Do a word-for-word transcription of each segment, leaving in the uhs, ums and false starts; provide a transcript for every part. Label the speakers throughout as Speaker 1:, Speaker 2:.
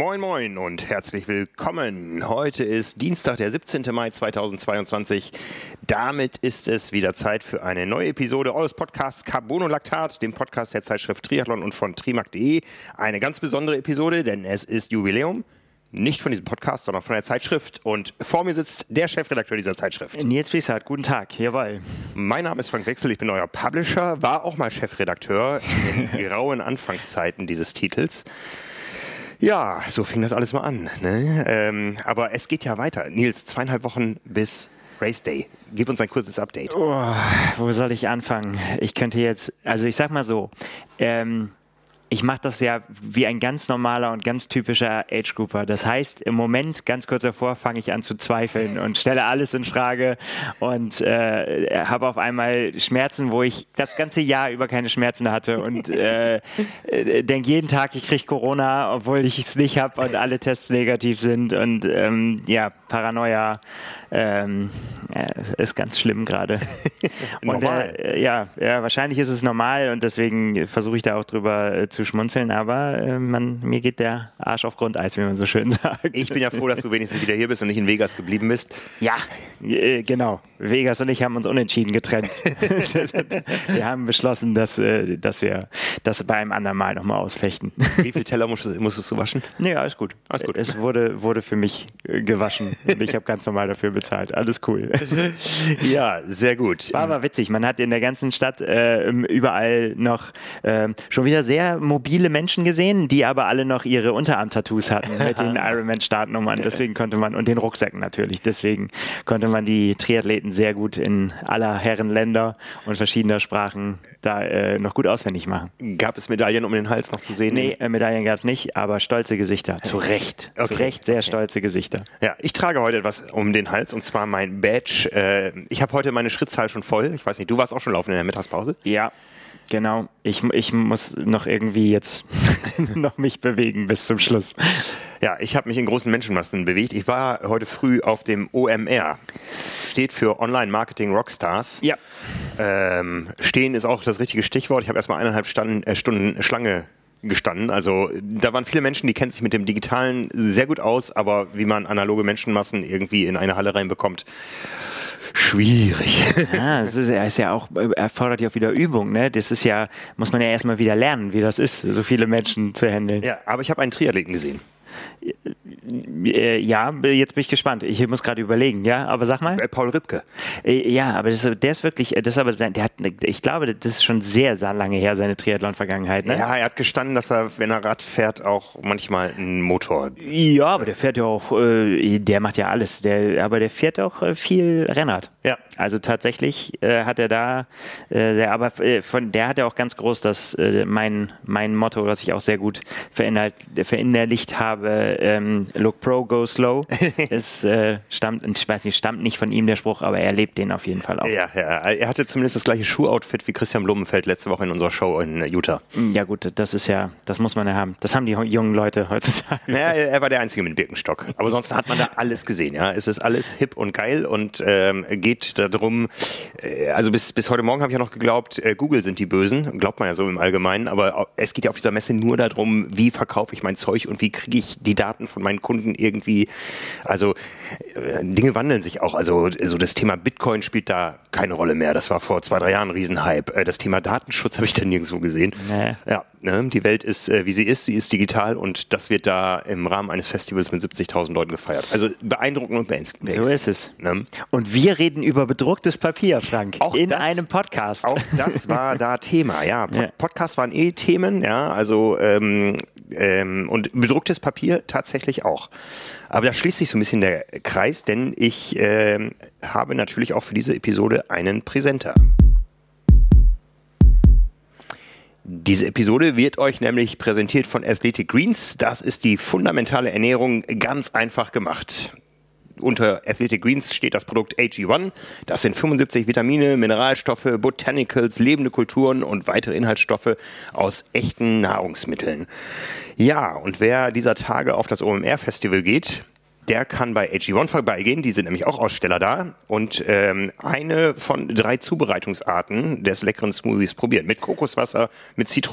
Speaker 1: Moin Moin und herzlich willkommen. Heute ist Dienstag, der siebzehnten Mai zweitausendzweiundzwanzig. Damit ist es wieder Zeit für eine neue Episode eures Podcasts Carbonolactat, dem Podcast der Zeitschrift Triathlon und von trimark punkt de. Eine ganz besondere Episode, denn es ist Jubiläum. Nicht von diesem Podcast, sondern von der Zeitschrift. Und vor mir sitzt der Chefredakteur dieser Zeitschrift.
Speaker 2: Nils Wieshardt, guten Tag, jawohl.
Speaker 1: Mein Name ist Frank Wechsel, ich bin euer Publisher, war auch mal Chefredakteur in den grauen Anfangszeiten dieses Titels. Ja, so fing das alles mal an. Ne? Ähm, aber es geht ja weiter. Nils, zweieinhalb Wochen bis Race Day. Gib uns ein kurzes Update.
Speaker 2: Oh, wo soll ich anfangen? Ich könnte jetzt, also ich sag mal so, ähm, ich mache das ja wie ein ganz normaler und ganz typischer Age-Grouper. Das heißt, im Moment, ganz kurz davor, fange ich an zu zweifeln und stelle alles in Frage und äh, habe auf einmal Schmerzen, wo ich das ganze Jahr über keine Schmerzen hatte und äh, denke jeden Tag, ich kriege Corona, obwohl ich es nicht habe und alle Tests negativ sind und ähm, ja, Paranoia ähm, ja, ist ganz schlimm gerade.
Speaker 1: Normal.
Speaker 2: Äh, ja, ja, wahrscheinlich ist es normal und deswegen versuche ich da auch drüber äh, zu schmunzeln, aber äh, man, mir geht der Arsch auf Grundeis, wie man so schön sagt.
Speaker 1: Ich bin ja froh, dass du wenigstens wieder hier bist und nicht in Vegas geblieben bist.
Speaker 2: Ja, äh, genau. Vegas und ich haben uns unentschieden getrennt. Wir haben beschlossen, dass, äh, dass wir das bei einem anderen Mal nochmal ausfechten.
Speaker 1: Wie viele Teller musstest, musstest du waschen?
Speaker 2: Nee, alles gut.
Speaker 1: Alles gut.
Speaker 2: Es wurde, wurde für mich äh, gewaschen und ich habe ganz normal dafür bezahlt. Alles cool.
Speaker 1: Ja, sehr gut.
Speaker 2: War aber witzig. Man hat in der ganzen Stadt äh, überall noch äh, schon wieder sehr mobile Menschen gesehen, die aber alle noch ihre Unterarm-Tattoos hatten mit den Ironman-Startnummern. Deswegen konnte man, und den Rucksäcken natürlich, deswegen konnte man die Triathleten sehr gut in aller Herren Länder und verschiedener Sprachen da äh, noch gut auswendig machen.
Speaker 1: Gab es Medaillen um den Hals noch zu sehen?
Speaker 2: Nee, äh, Medaillen gab es nicht, aber stolze Gesichter. Zu Recht.
Speaker 1: Okay.
Speaker 2: Zu Recht sehr stolze Gesichter.
Speaker 1: Ja, ich trage heute etwas um den Hals und zwar mein Badge. Äh, ich habe heute meine Schrittzahl schon voll. Ich weiß nicht, du warst auch schon laufen in der Mittagspause?
Speaker 2: Ja. Genau, ich, ich muss noch irgendwie jetzt noch mich bewegen bis zum Schluss.
Speaker 1: Ja, ich habe mich in großen Menschenmassen bewegt. Ich war heute früh auf dem O M R. Steht für Online Marketing Rockstars.
Speaker 2: Ja.
Speaker 1: Ähm, stehen ist auch das richtige Stichwort. Ich habe erstmal eineinhalb Stunden, äh, Stunden Schlange gestanden. Also da waren viele Menschen, die kennen sich mit dem Digitalen sehr gut aus, aber wie man analoge Menschenmassen irgendwie in eine Halle reinbekommt, schwierig.
Speaker 2: Ja, es ist, ist ja auch, erfordert ja auch wieder Übung, ne? Das ist ja, muss man ja erstmal wieder lernen, wie das ist, so viele Menschen zu handeln.
Speaker 1: Ja, aber ich habe einen Triathleten gesehen.
Speaker 2: Ja, jetzt bin ich gespannt. Ich muss gerade überlegen, ja, aber sag mal.
Speaker 1: Paul Ripke.
Speaker 2: Ja, aber das, der ist wirklich, das ist aber, der hat, ich glaube, das ist schon sehr, sehr lange her, seine Triathlon-Vergangenheit, ne?
Speaker 1: Ja, er hat gestanden, dass er, wenn er Rad fährt, auch manchmal einen Motor.
Speaker 2: Ja, aber der fährt ja auch, der macht ja alles, der, aber der fährt auch viel Rennrad.
Speaker 1: Ja.
Speaker 2: Also tatsächlich äh, hat er da, äh, sehr, aber äh, von der hat er auch ganz groß das, äh, mein, mein Motto, was ich auch sehr gut verinnerlicht habe, ähm, Look Pro, Go Slow. Es äh, stammt, ich weiß nicht, stammt nicht von ihm der Spruch, aber er lebt den auf jeden Fall auch.
Speaker 1: Ja, ja, er hatte zumindest das gleiche Schuhoutfit wie Christian Blumenfeld letzte Woche in unserer Show in Utah.
Speaker 2: Ja gut, das ist ja, das muss man ja haben. Das haben die jungen Leute heutzutage.
Speaker 1: Ja, er war der Einzige mit Birkenstock. Aber sonst hat man da alles gesehen. Ja, es ist alles hip und geil und ähm, geht darum, äh, also bis, bis heute Morgen habe ich ja noch geglaubt, äh, Google sind die Bösen. Glaubt man ja so im Allgemeinen. Aber es geht ja auf dieser Messe nur darum, wie verkaufe ich mein Zeug und wie kriege ich die Daten von meinen Kunden irgendwie, also äh, Dinge wandeln sich auch. Also so das Thema Bitcoin spielt da keine Rolle mehr. Das war vor zwei, drei Jahren ein Riesenhype. Äh, das Thema Datenschutz habe ich da nirgendwo gesehen. Nee. Ja, ne, die Welt ist, äh, wie sie ist, sie ist digital und das wird da im Rahmen eines Festivals mit siebzigtausend Leuten gefeiert. Also beeindruckend und beängstigend.
Speaker 2: So ist es. Ne? Und wir reden über bedrucktes Papier, Frank,
Speaker 1: auch
Speaker 2: in
Speaker 1: das,
Speaker 2: einem Podcast.
Speaker 1: Auch das war da Thema, ja. Pod- Podcasts waren eh Themen, ja, also ähm, ähm, und bedrucktes Papier tatsächlich auch. Aber da schließt sich so ein bisschen der Kreis, denn ich ähm, habe natürlich auch für diese Episode einen Präsenter. Diese Episode wird euch nämlich präsentiert von Athletic Greens. Das ist die fundamentale Ernährung ganz einfach gemacht. Unter Athletic Greens steht das Produkt A G eins. Das sind fünfundsiebzig Vitamine, Mineralstoffe, Botanicals, lebende Kulturen und weitere Inhaltsstoffe aus echten Nahrungsmitteln. Ja, und wer dieser Tage auf das O M R-Festival geht, der kann bei A G eins vorbeigehen, die sind nämlich auch Aussteller da und ähm, eine von drei Zubereitungsarten des leckeren Smoothies probieren. Mit Kokoswasser, mit Zitrus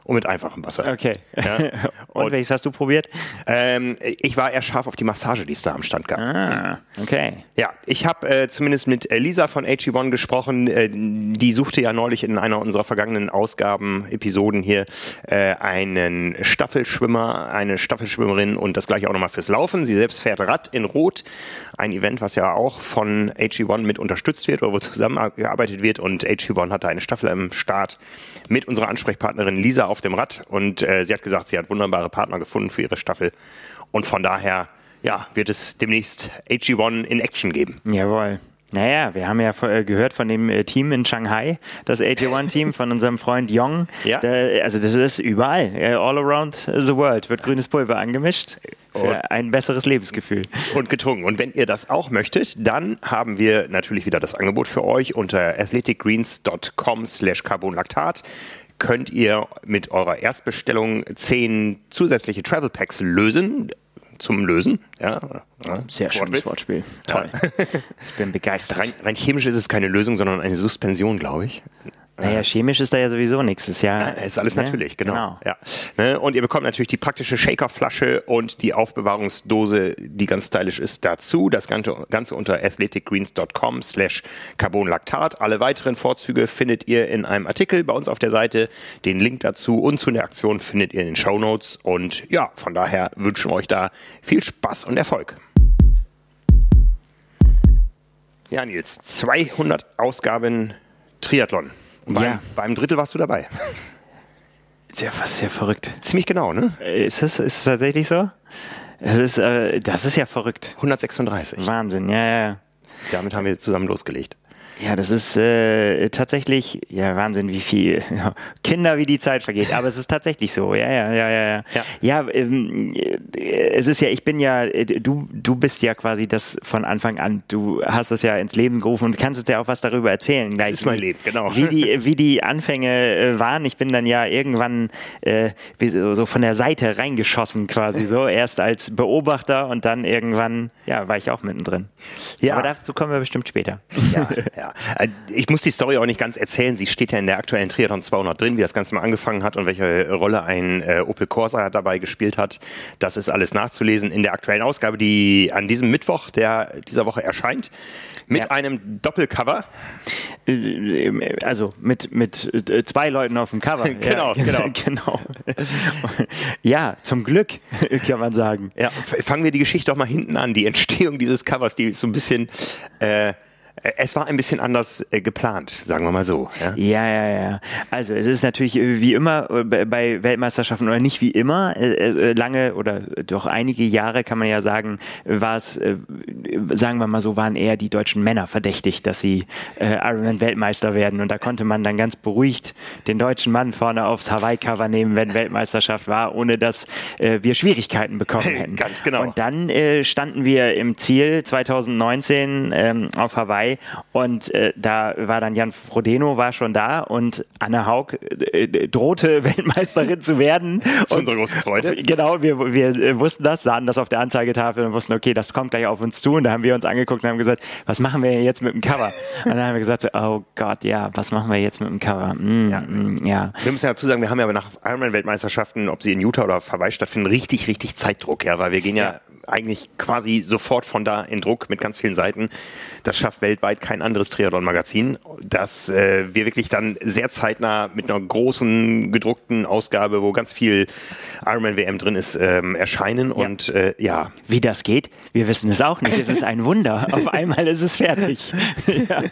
Speaker 1: und mit einfachem Wasser.
Speaker 2: Okay.
Speaker 1: Ja.
Speaker 2: Und, und welches hast du probiert?
Speaker 1: Ähm, ich war eher scharf auf die Massage, die es da am Stand gab.
Speaker 2: Ah, okay.
Speaker 1: Ja, ich habe äh, zumindest mit äh, Lisa von H E eins gesprochen. Äh, die suchte ja neulich in einer unserer vergangenen Ausgaben, Episoden hier, äh, einen Staffelschwimmer, eine Staffelschwimmerin und das gleiche auch nochmal fürs Laufen. Sie selbst fährt Rad in Rot, ein Event, was ja auch von H E eins mit unterstützt wird oder wo zusammengearbeitet wird, und H E eins hatte eine Staffel am Start mit unserer Ansprechpartnerin Lisa auf dem Rad, und äh, sie hat gesagt, sie hat wunderbare Partner gefunden für ihre Staffel, und von daher ja, wird es demnächst H E eins in Action geben.
Speaker 2: Jawohl. Naja, wir haben ja gehört von dem Team in Shanghai, das H E eins-Team von unserem Freund Yong. Ja. Da, also das ist überall, all around the world wird grünes Pulver angemischt für und ein besseres Lebensgefühl.
Speaker 1: Und getrunken. Und wenn ihr das auch möchtet, dann haben wir natürlich wieder das Angebot für euch unter athleticgreens.com slash carbonlactat. Könnt ihr mit eurer Erstbestellung zehn zusätzliche Travel Packs lösen. Zum Lösen. Ja,
Speaker 2: sehr schönes Wortspiel. Toll. Ja. Ich bin begeistert.
Speaker 1: Rein, rein chemisch ist es keine Lösung, sondern eine Suspension, glaube ich.
Speaker 2: Naja, chemisch ist da ja sowieso nichts. Ist ja,
Speaker 1: ja, ist alles
Speaker 2: ne?
Speaker 1: natürlich, genau.
Speaker 2: genau.
Speaker 1: Ja. Ne? Und ihr bekommt natürlich die praktische Shakerflasche und die Aufbewahrungsdose, die ganz stylisch ist, dazu. Das Ganze, Ganze unter athleticgreens.com slash carbonlactat. Alle weiteren Vorzüge findet ihr in einem Artikel bei uns auf der Seite. Den Link dazu und zu der Aktion findet ihr in den Shownotes. Und ja, von daher wünschen wir euch da viel Spaß und Erfolg. Ja, Nils, zweihundert Ausgaben Triathlon. Und beim,
Speaker 2: ja.
Speaker 1: beim Drittel warst du dabei.
Speaker 2: Sehr, was sehr verrückt.
Speaker 1: Ziemlich genau, ne?
Speaker 2: Ist es, ist es tatsächlich so? Es ist, äh, das ist ja verrückt.
Speaker 1: hundertsechsunddreißig.
Speaker 2: Wahnsinn, ja, ja.
Speaker 1: Damit haben wir zusammen losgelegt.
Speaker 2: Ja, das ist äh, tatsächlich, ja, Wahnsinn, wie viel ja, Kinder, wie die Zeit vergeht. Aber es ist tatsächlich so, ja, ja, ja, ja. Ja, ja ähm, es ist ja, ich bin ja, du, du bist ja quasi das von Anfang an, du hast das ja ins Leben gerufen und kannst uns ja auch was darüber erzählen. Gleich,
Speaker 1: das ist mein Leben, genau.
Speaker 2: Wie die, wie die Anfänge äh, waren. Ich bin dann ja irgendwann äh, wie so, so von der Seite reingeschossen quasi so, erst als Beobachter und dann irgendwann, ja, war ich auch mittendrin. Ja. Aber dazu kommen wir bestimmt später.
Speaker 1: Ja, ja. Ich muss die Story auch nicht ganz erzählen. Sie steht ja in der aktuellen Triathlon zweihundert drin, wie das Ganze mal angefangen hat und welche Rolle ein äh, Opel Corsa dabei gespielt hat. Das ist alles nachzulesen in der aktuellen Ausgabe, die an diesem Mittwoch der dieser Woche erscheint. Mit ja. einem Doppelcover.
Speaker 2: Also mit, mit zwei Leuten auf dem Cover.
Speaker 1: genau,
Speaker 2: ja,
Speaker 1: genau.
Speaker 2: genau. Ja, zum Glück, kann man sagen.
Speaker 1: Ja, fangen wir die Geschichte doch mal hinten an. Die Entstehung dieses Covers, die ist so ein bisschen... Äh, Es war ein bisschen anders äh, geplant, sagen wir mal so. Ja?
Speaker 2: ja, ja, ja. Also es ist natürlich wie immer bei Weltmeisterschaften oder nicht wie immer, äh, lange oder doch einige Jahre kann man ja sagen, war es, äh, sagen wir mal so, waren eher die deutschen Männer verdächtig, dass sie äh, Ironman-Weltmeister werden. Und da konnte man dann ganz beruhigt den deutschen Mann vorne aufs Hawaii-Cover nehmen, wenn Weltmeisterschaft war, ohne dass äh, wir Schwierigkeiten bekommen hätten.
Speaker 1: Ganz genau.
Speaker 2: Und dann äh, standen wir im Ziel zwanzig neunzehn ähm, auf Hawaii. Und äh, da war dann Jan Frodeno war schon da und Anne Haug äh, drohte Weltmeisterin zu werden.
Speaker 1: Zu unserer großen Freude.
Speaker 2: Genau, wir, wir wussten das, sahen das auf der Anzeigetafel und wussten, okay, das kommt gleich auf uns zu. Und da haben wir uns angeguckt und haben gesagt, was machen wir jetzt mit dem Cover? Und dann haben wir gesagt, so, oh Gott, ja, was machen wir jetzt mit dem Cover? Mm,
Speaker 1: ja.
Speaker 2: Mm, ja.
Speaker 1: Wir müssen ja dazu sagen, wir haben ja nach Ironman-Weltmeisterschaften, ob sie in Utah oder auf Hawaii stattfinden, richtig, richtig Zeitdruck, ja, weil wir gehen ja, ja eigentlich quasi sofort von da in Druck mit ganz vielen Seiten. Das schafft weltweit kein anderes Triathlon-Magazin, dass äh, wir wirklich dann sehr zeitnah mit einer großen gedruckten Ausgabe, wo ganz viel Ironman-W M drin ist, ähm, erscheinen. Ja. Und äh, ja.
Speaker 2: Wie das geht, wir wissen es auch nicht. Es ist ein Wunder. Auf einmal ist es fertig. Ja.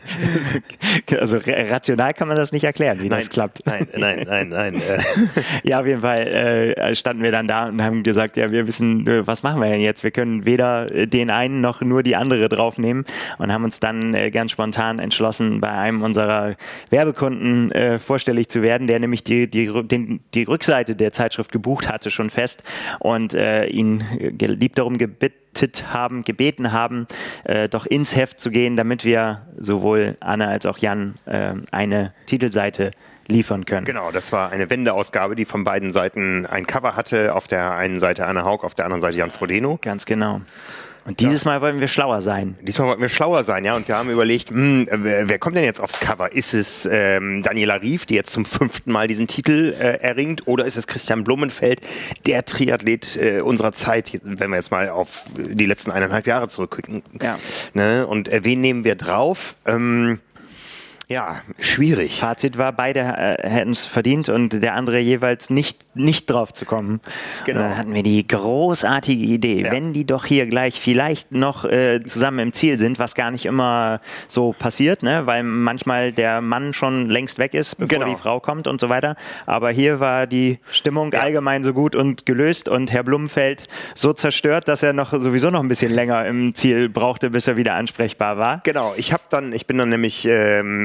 Speaker 2: Also rational kann man das nicht erklären, wie
Speaker 1: nein,
Speaker 2: das klappt.
Speaker 1: Nein, nein, nein, nein.
Speaker 2: Ja, auf jeden Fall äh, standen wir dann da und haben gesagt, ja, wir wissen, was machen wir denn jetzt? Wir können weder den einen noch nur die andere draufnehmen und haben uns dann äh, ganz spontan entschlossen, bei einem unserer Werbekunden äh, vorstellig zu werden, der nämlich die, die, den, die Rückseite der Zeitschrift gebucht hatte, schon fest und äh, ihn lieb darum gebeten haben, gebeten haben, äh, doch ins Heft zu gehen, damit wir sowohl Anne als auch Jan äh, eine Titelseite liefern können.
Speaker 1: Genau, das war eine Wendeausgabe, die von beiden Seiten ein Cover hatte. Auf der einen Seite Anne Haug, auf der anderen Seite Jan Frodeno.
Speaker 2: Ganz genau. Und dieses
Speaker 1: ja.
Speaker 2: Mal wollen wir schlauer sein.
Speaker 1: Diesmal wollten wir schlauer sein, ja. Und wir haben überlegt, mh, wer, wer kommt denn jetzt aufs Cover? Ist es ähm, Daniela Ryf, die jetzt zum fünften Mal diesen Titel äh, erringt, oder ist es Christian Blumenfeld, der Triathlet äh, unserer Zeit, wenn wir jetzt mal auf die letzten eineinhalb Jahre zurückgucken?
Speaker 2: Ja.
Speaker 1: Ne? Und äh, wen nehmen wir drauf? Ähm, Ja, schwierig.
Speaker 2: Fazit war, beide äh, hätten es verdient und der andere jeweils nicht, nicht drauf zu kommen.
Speaker 1: Genau.
Speaker 2: Und dann hatten wir die großartige Idee,
Speaker 1: Ja.
Speaker 2: wenn die doch hier gleich vielleicht noch äh, zusammen im Ziel sind, was gar nicht immer so passiert, ne? Weil manchmal der Mann schon längst weg ist, bevor
Speaker 1: Genau.
Speaker 2: die Frau kommt und so weiter. Aber hier war die Stimmung
Speaker 1: Ja.
Speaker 2: allgemein so gut und gelöst und Herr Blumenfeld so zerstört, dass er noch sowieso noch ein bisschen länger im Ziel brauchte, bis er wieder ansprechbar war.
Speaker 1: Genau, ich habe dann, ich bin dann nämlich ähm,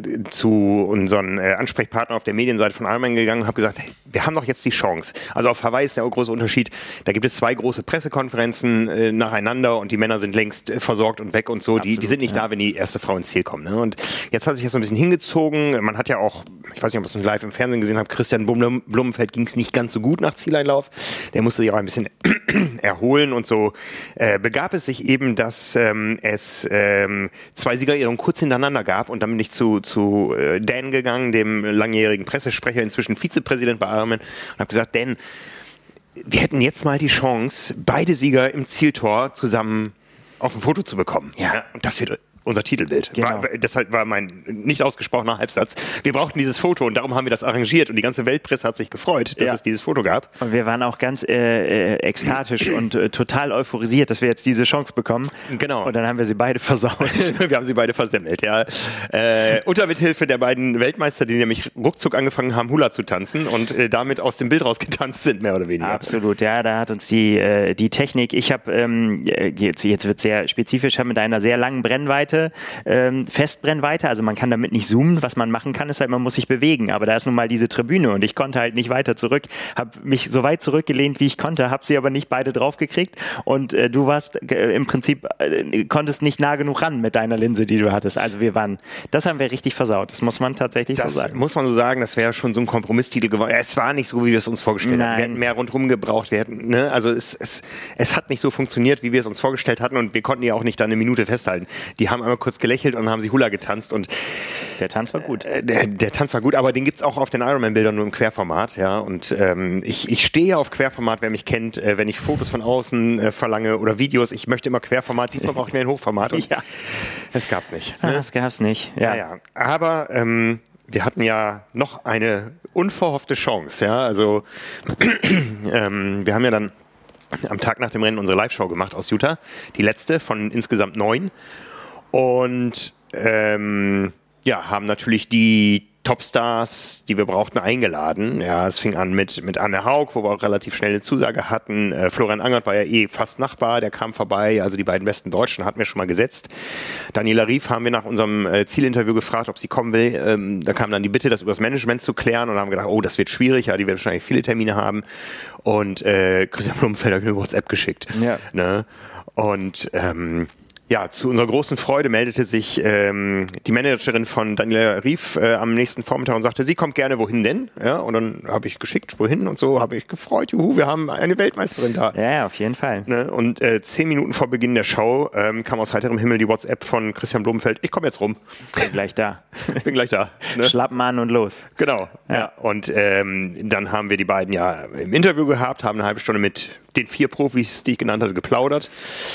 Speaker 1: zu unseren äh, Ansprechpartnern auf der Medienseite von Ironman gegangen und habe gesagt, hey, wir haben doch jetzt die Chance. Also auf Hawaii ist der große Unterschied, da gibt es zwei große Pressekonferenzen äh, nacheinander und die Männer sind längst äh, versorgt und weg und so. Die, die sind nicht
Speaker 2: ja.
Speaker 1: da, wenn die erste Frau ins Ziel kommt. Ne? Und jetzt hat sich das so ein bisschen hingezogen. Man hat ja auch, ich weiß nicht, ob ich es live im Fernsehen gesehen habe, Christian Blum, Blumenfeld ging es nicht ganz so gut nach Zieleinlauf. Der musste sich auch ein bisschen erholen und so äh, begab es sich eben, dass ähm, es ähm, zwei Siegerehrungen kurz hintereinander gab und dann bin ich zu, zu äh, Dan gegangen, dem langjährigen Pressesprecher, inzwischen Vizepräsident bei Ironman, und habe gesagt, Dan, wir hätten jetzt mal die Chance, beide Sieger im Zieltor zusammen auf ein Foto zu bekommen.
Speaker 2: Ja.
Speaker 1: Ja, und das wird unser Titelbild.
Speaker 2: Genau.
Speaker 1: War, deshalb war mein nicht ausgesprochener Halbsatz. Wir brauchten dieses Foto und darum haben wir das arrangiert und die ganze Weltpresse hat sich gefreut, dass
Speaker 2: Ja.
Speaker 1: es dieses Foto gab.
Speaker 2: Und wir waren auch ganz äh, äh, ekstatisch und äh, total euphorisiert, dass wir jetzt diese Chance bekommen.
Speaker 1: Genau.
Speaker 2: Und dann haben wir sie beide versaut.
Speaker 1: Wir haben sie beide versemmelt, ja. Äh, unter Mithilfe der beiden Weltmeister, die nämlich ruckzuck angefangen haben, Hula zu tanzen und äh, damit aus dem Bild rausgetanzt sind, mehr oder weniger.
Speaker 2: Absolut, ja, da hat uns die, äh, die Technik, ich habe, ähm, jetzt, jetzt wird sehr spezifisch, habe mit einer sehr langen Brennweite, ähm, Festbrennweite, also man kann damit nicht zoomen, was man machen kann, ist halt, man muss sich bewegen, aber da ist nun mal diese Tribüne und ich konnte halt nicht weiter zurück, habe mich so weit zurückgelehnt, wie ich konnte, habe sie aber nicht beide draufgekriegt und äh, du warst äh, im Prinzip, äh, konntest nicht nah genug ran mit deiner Linse, die du hattest, also wir waren, das haben wir richtig versaut, das muss man tatsächlich
Speaker 1: Das
Speaker 2: so sagen.
Speaker 1: muss man so sagen, das wäre schon so ein Kompromisstitel geworden. Es war nicht so, wie wir es uns vorgestellt
Speaker 2: Nein.
Speaker 1: hatten. Wir hätten mehr rundherum gebraucht. Wir hätten, ne? Also es, es, es hat nicht so funktioniert, wie wir es uns vorgestellt hatten und wir konnten die auch nicht da eine Minute festhalten. Die haben einmal kurz gelächelt und haben sie Hula getanzt und
Speaker 2: Der Tanz war gut.
Speaker 1: äh, der, der Tanz war gut, aber den gibt's auch auf den Ironman-Bildern nur im Querformat, ja. Und ähm, ich, ich stehe auf Querformat, wer mich kennt, äh, wenn ich Fotos von außen äh, verlange oder Videos, ich möchte immer Querformat, diesmal brauche ich mehr ein Hochformat und
Speaker 2: Ja.
Speaker 1: das gab's nicht.
Speaker 2: Ah,
Speaker 1: Ne?
Speaker 2: das gab's nicht. Ja.
Speaker 1: Ja, ja. Aber ähm, wir hatten ja noch eine unverhoffte Chance, ja. Also ähm, wir haben ja dann am Tag nach dem Rennen unsere Live-Show gemacht aus Utah, die letzte von insgesamt neun. Und ähm, ja, haben natürlich die Topstars, die wir brauchten, eingeladen. Ja, es fing an mit, mit Anne Haug, wo wir auch relativ schnell eine Zusage hatten. Äh, Florian Angert war ja eh fast Nachbar, der kam vorbei. Also die beiden besten Deutschen hatten wir schon mal gesetzt. Daniela Ryf haben wir nach unserem äh, Zielinterview gefragt, ob sie kommen will. Ähm, da kam dann die Bitte, das über das Management zu klären und haben gedacht, oh, das wird schwierig. Ja, die werden wahrscheinlich viele Termine haben. Und äh, Christian Blumenfeld hat mir eine WhatsApp geschickt.
Speaker 2: Ja.
Speaker 1: Ne? Und ähm, ja, zu unserer großen Freude meldete sich ähm, die Managerin von Daniela Ryf äh, am nächsten Vormittag und sagte, sie kommt gerne, wohin denn? Ja, und dann habe ich geschickt, wohin und so, habe ich gefreut, juhu, wir haben eine Weltmeisterin da.
Speaker 2: Ja, ja, auf jeden Fall.
Speaker 1: Ne? Und äh, zehn Minuten vor Beginn der Show ähm, kam aus heiterem Himmel die WhatsApp von Christian Blumenfeld, ich komme jetzt rum.
Speaker 2: Bin gleich da.
Speaker 1: Ich bin gleich da. Ne?
Speaker 2: Schlappen an und los.
Speaker 1: Genau, ja.
Speaker 2: Ja.
Speaker 1: Und ähm, dann haben wir die beiden ja im Interview gehabt, haben eine halbe Stunde mit den vier Profis, die ich genannt hatte, geplaudert.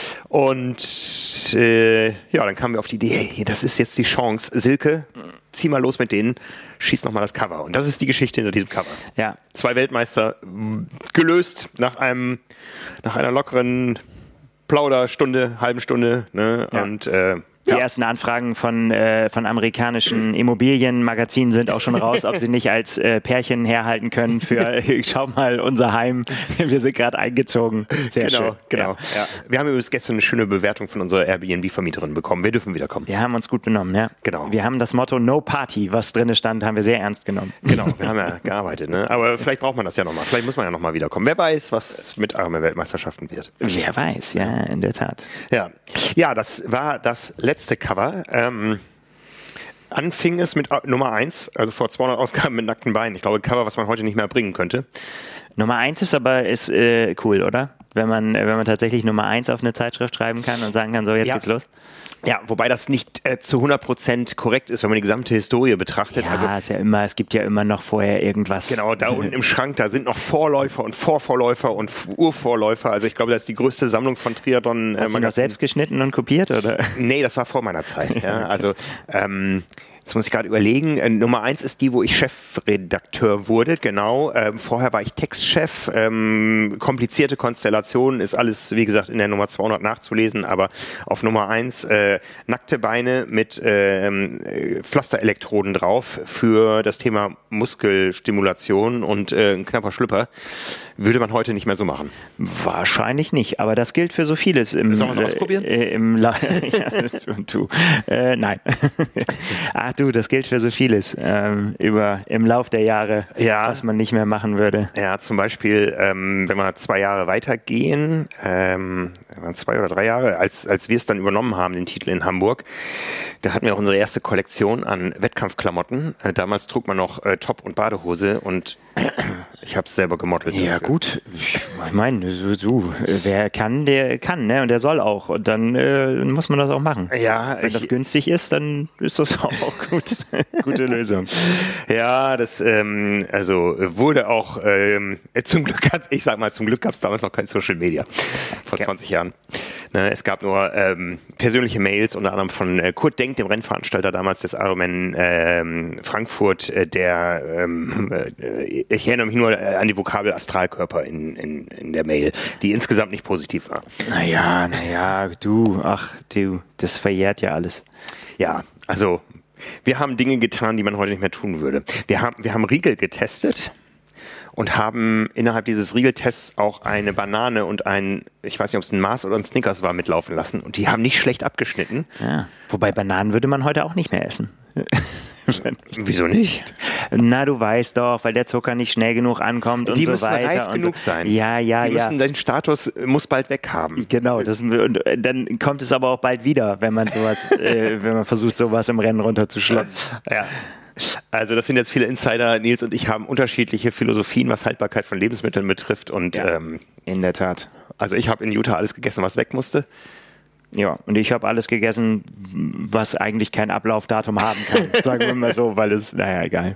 Speaker 1: Und äh, ja, dann kamen wir auf die Idee, hey, das ist jetzt die Chance. Silke, zieh mal los mit denen, schieß nochmal das Cover. Und das ist die Geschichte hinter diesem Cover.
Speaker 2: Ja.
Speaker 1: Zwei Weltmeister m, gelöst nach einem, nach einer lockeren Plauderstunde, halben Stunde. Ne?
Speaker 2: Ja.
Speaker 1: Und äh,
Speaker 2: Die
Speaker 1: ja.
Speaker 2: ersten Anfragen von, äh, von amerikanischen Immobilienmagazinen sind auch schon raus, ob sie nicht als äh, Pärchen herhalten können für, schau mal, unser Heim, wir sind gerade eingezogen. Sehr
Speaker 1: Genau,
Speaker 2: schön.
Speaker 1: genau.
Speaker 2: Ja.
Speaker 1: Ja. Wir haben übrigens gestern eine schöne Bewertung von unserer Airbnb-Vermieterin bekommen. Wir dürfen wiederkommen.
Speaker 2: Wir haben uns gut benommen, ja.
Speaker 1: Genau.
Speaker 2: Wir haben das Motto No Party, was drin stand, haben wir sehr ernst genommen.
Speaker 1: Genau, wir haben ja gearbeitet. Ne? Aber vielleicht braucht man das ja nochmal. Vielleicht muss man ja nochmal wiederkommen. Wer weiß, was mit Ironman-Weltmeisterschaften wird.
Speaker 2: Wer weiß, ja, in der Tat.
Speaker 1: Ja, ja, das war das letzte Cover. Ähm, anfing es mit Nummer eins, also vor zweihundert Ausgaben mit nackten Beinen. Ich glaube, ein Cover, was man heute nicht mehr bringen könnte.
Speaker 2: Nummer eins ist aber ist äh, cool, oder? wenn man, wenn man tatsächlich Nummer eins auf eine Zeitschrift schreiben kann und sagen kann, so, jetzt
Speaker 1: ja.
Speaker 2: geht's los?
Speaker 1: Ja, wobei das nicht äh, zu hundert Prozent korrekt ist, wenn man die gesamte Historie betrachtet.
Speaker 2: Ja,
Speaker 1: also,
Speaker 2: ist ja immer, es gibt ja immer noch vorher irgendwas.
Speaker 1: Genau, da unten im Schrank, da sind noch Vorläufer und Vorvorläufer und Urvorläufer. Also ich glaube, das ist die größte Sammlung von Triathlon.
Speaker 2: Hast äh, du noch selbst geschnitten und kopiert, oder?
Speaker 1: Nee, das war vor meiner Zeit. Ja. Also ähm, jetzt muss ich gerade überlegen. Äh, Nummer eins ist die, wo ich Chefredakteur wurde, genau. Ähm, vorher war ich Textchef. Ähm, komplizierte Konstellationen ist alles, wie gesagt, in der Nummer zweihundert nachzulesen. Aber auf Nummer eins äh, nackte Beine mit ähm, Pflasterelektroden drauf für das Thema Muskelstimulation und äh, ein knapper Schlüpper. Würde man heute nicht mehr so machen.
Speaker 2: Wahrscheinlich nicht, aber das gilt für so vieles. Im,
Speaker 1: Sollen wir es ausprobieren?
Speaker 2: Äh, im La- ja, du, du. Äh, nein. Ach du, das gilt für so vieles ähm, über, im Lauf der Jahre,
Speaker 1: ja.
Speaker 2: was man nicht mehr machen würde.
Speaker 1: Ja, zum Beispiel, ähm, wenn wir zwei Jahre weitergehen, ähm, zwei oder drei Jahre, als, als wir es dann übernommen haben, den Titel in Hamburg, da hatten wir auch unsere erste Kollektion an Wettkampfklamotten. Äh, damals trug man noch äh, Top und Badehose und ich habe es selber gemodelt.
Speaker 2: Ja
Speaker 1: dafür.
Speaker 2: Gut, ich meine, so, so, wer kann, der kann, ne? Und der soll auch. Und dann äh, muss man das auch machen.
Speaker 1: Ja,
Speaker 2: Wenn
Speaker 1: ich,
Speaker 2: das günstig ist, dann ist das auch gut. Gute Lösung.
Speaker 1: Ja, das ähm, also wurde auch ähm, zum Glück, hat, ich sag mal, zum Glück gab es damals noch kein Social Media vor
Speaker 2: Ja.
Speaker 1: zwanzig Jahren. Ne, es gab nur ähm, persönliche Mails, unter anderem von äh, Kurt Denk, dem Rennveranstalter damals des Ironman ähm, Frankfurt, äh, der ähm, äh, ich erinnere mich nur äh, an die Vokabel Astralkörper in, in, in der Mail, die insgesamt nicht positiv war.
Speaker 2: Naja, naja, du, ach du, das verjährt ja alles.
Speaker 1: Ja, also wir haben Dinge getan, die man heute nicht mehr tun würde. Wir haben, wir haben Riegel getestet und haben innerhalb dieses Riegeltests auch eine Banane und ein, ich weiß nicht, ob es ein Mars oder ein Snickers war, mitlaufen lassen. Und die haben nicht schlecht abgeschnitten.
Speaker 2: Ja. Wobei Bananen würde man heute auch nicht mehr essen.
Speaker 1: Wieso nicht?
Speaker 2: Na, du weißt doch, weil der Zucker nicht schnell genug ankommt und
Speaker 1: Die
Speaker 2: so
Speaker 1: müssen
Speaker 2: weiter.
Speaker 1: reif
Speaker 2: und
Speaker 1: genug
Speaker 2: so.
Speaker 1: sein.
Speaker 2: Ja, ja,
Speaker 1: Die
Speaker 2: ja.
Speaker 1: müssen, den Status muss bald weg haben.
Speaker 2: Genau, das, und dann kommt es aber auch bald wieder, wenn man sowas, äh, wenn man versucht, sowas im Rennen runterzuschlucken.
Speaker 1: Ja. Also das sind jetzt viele Insider. Nils und ich haben unterschiedliche Philosophien, was Haltbarkeit von Lebensmitteln betrifft. Und
Speaker 2: Ja,
Speaker 1: ähm,
Speaker 2: in der Tat.
Speaker 1: also ich habe in Utah alles gegessen, was weg musste.
Speaker 2: Ja, und ich habe alles gegessen, was eigentlich kein Ablaufdatum haben kann. Sagen wir mal so, weil es, naja, egal.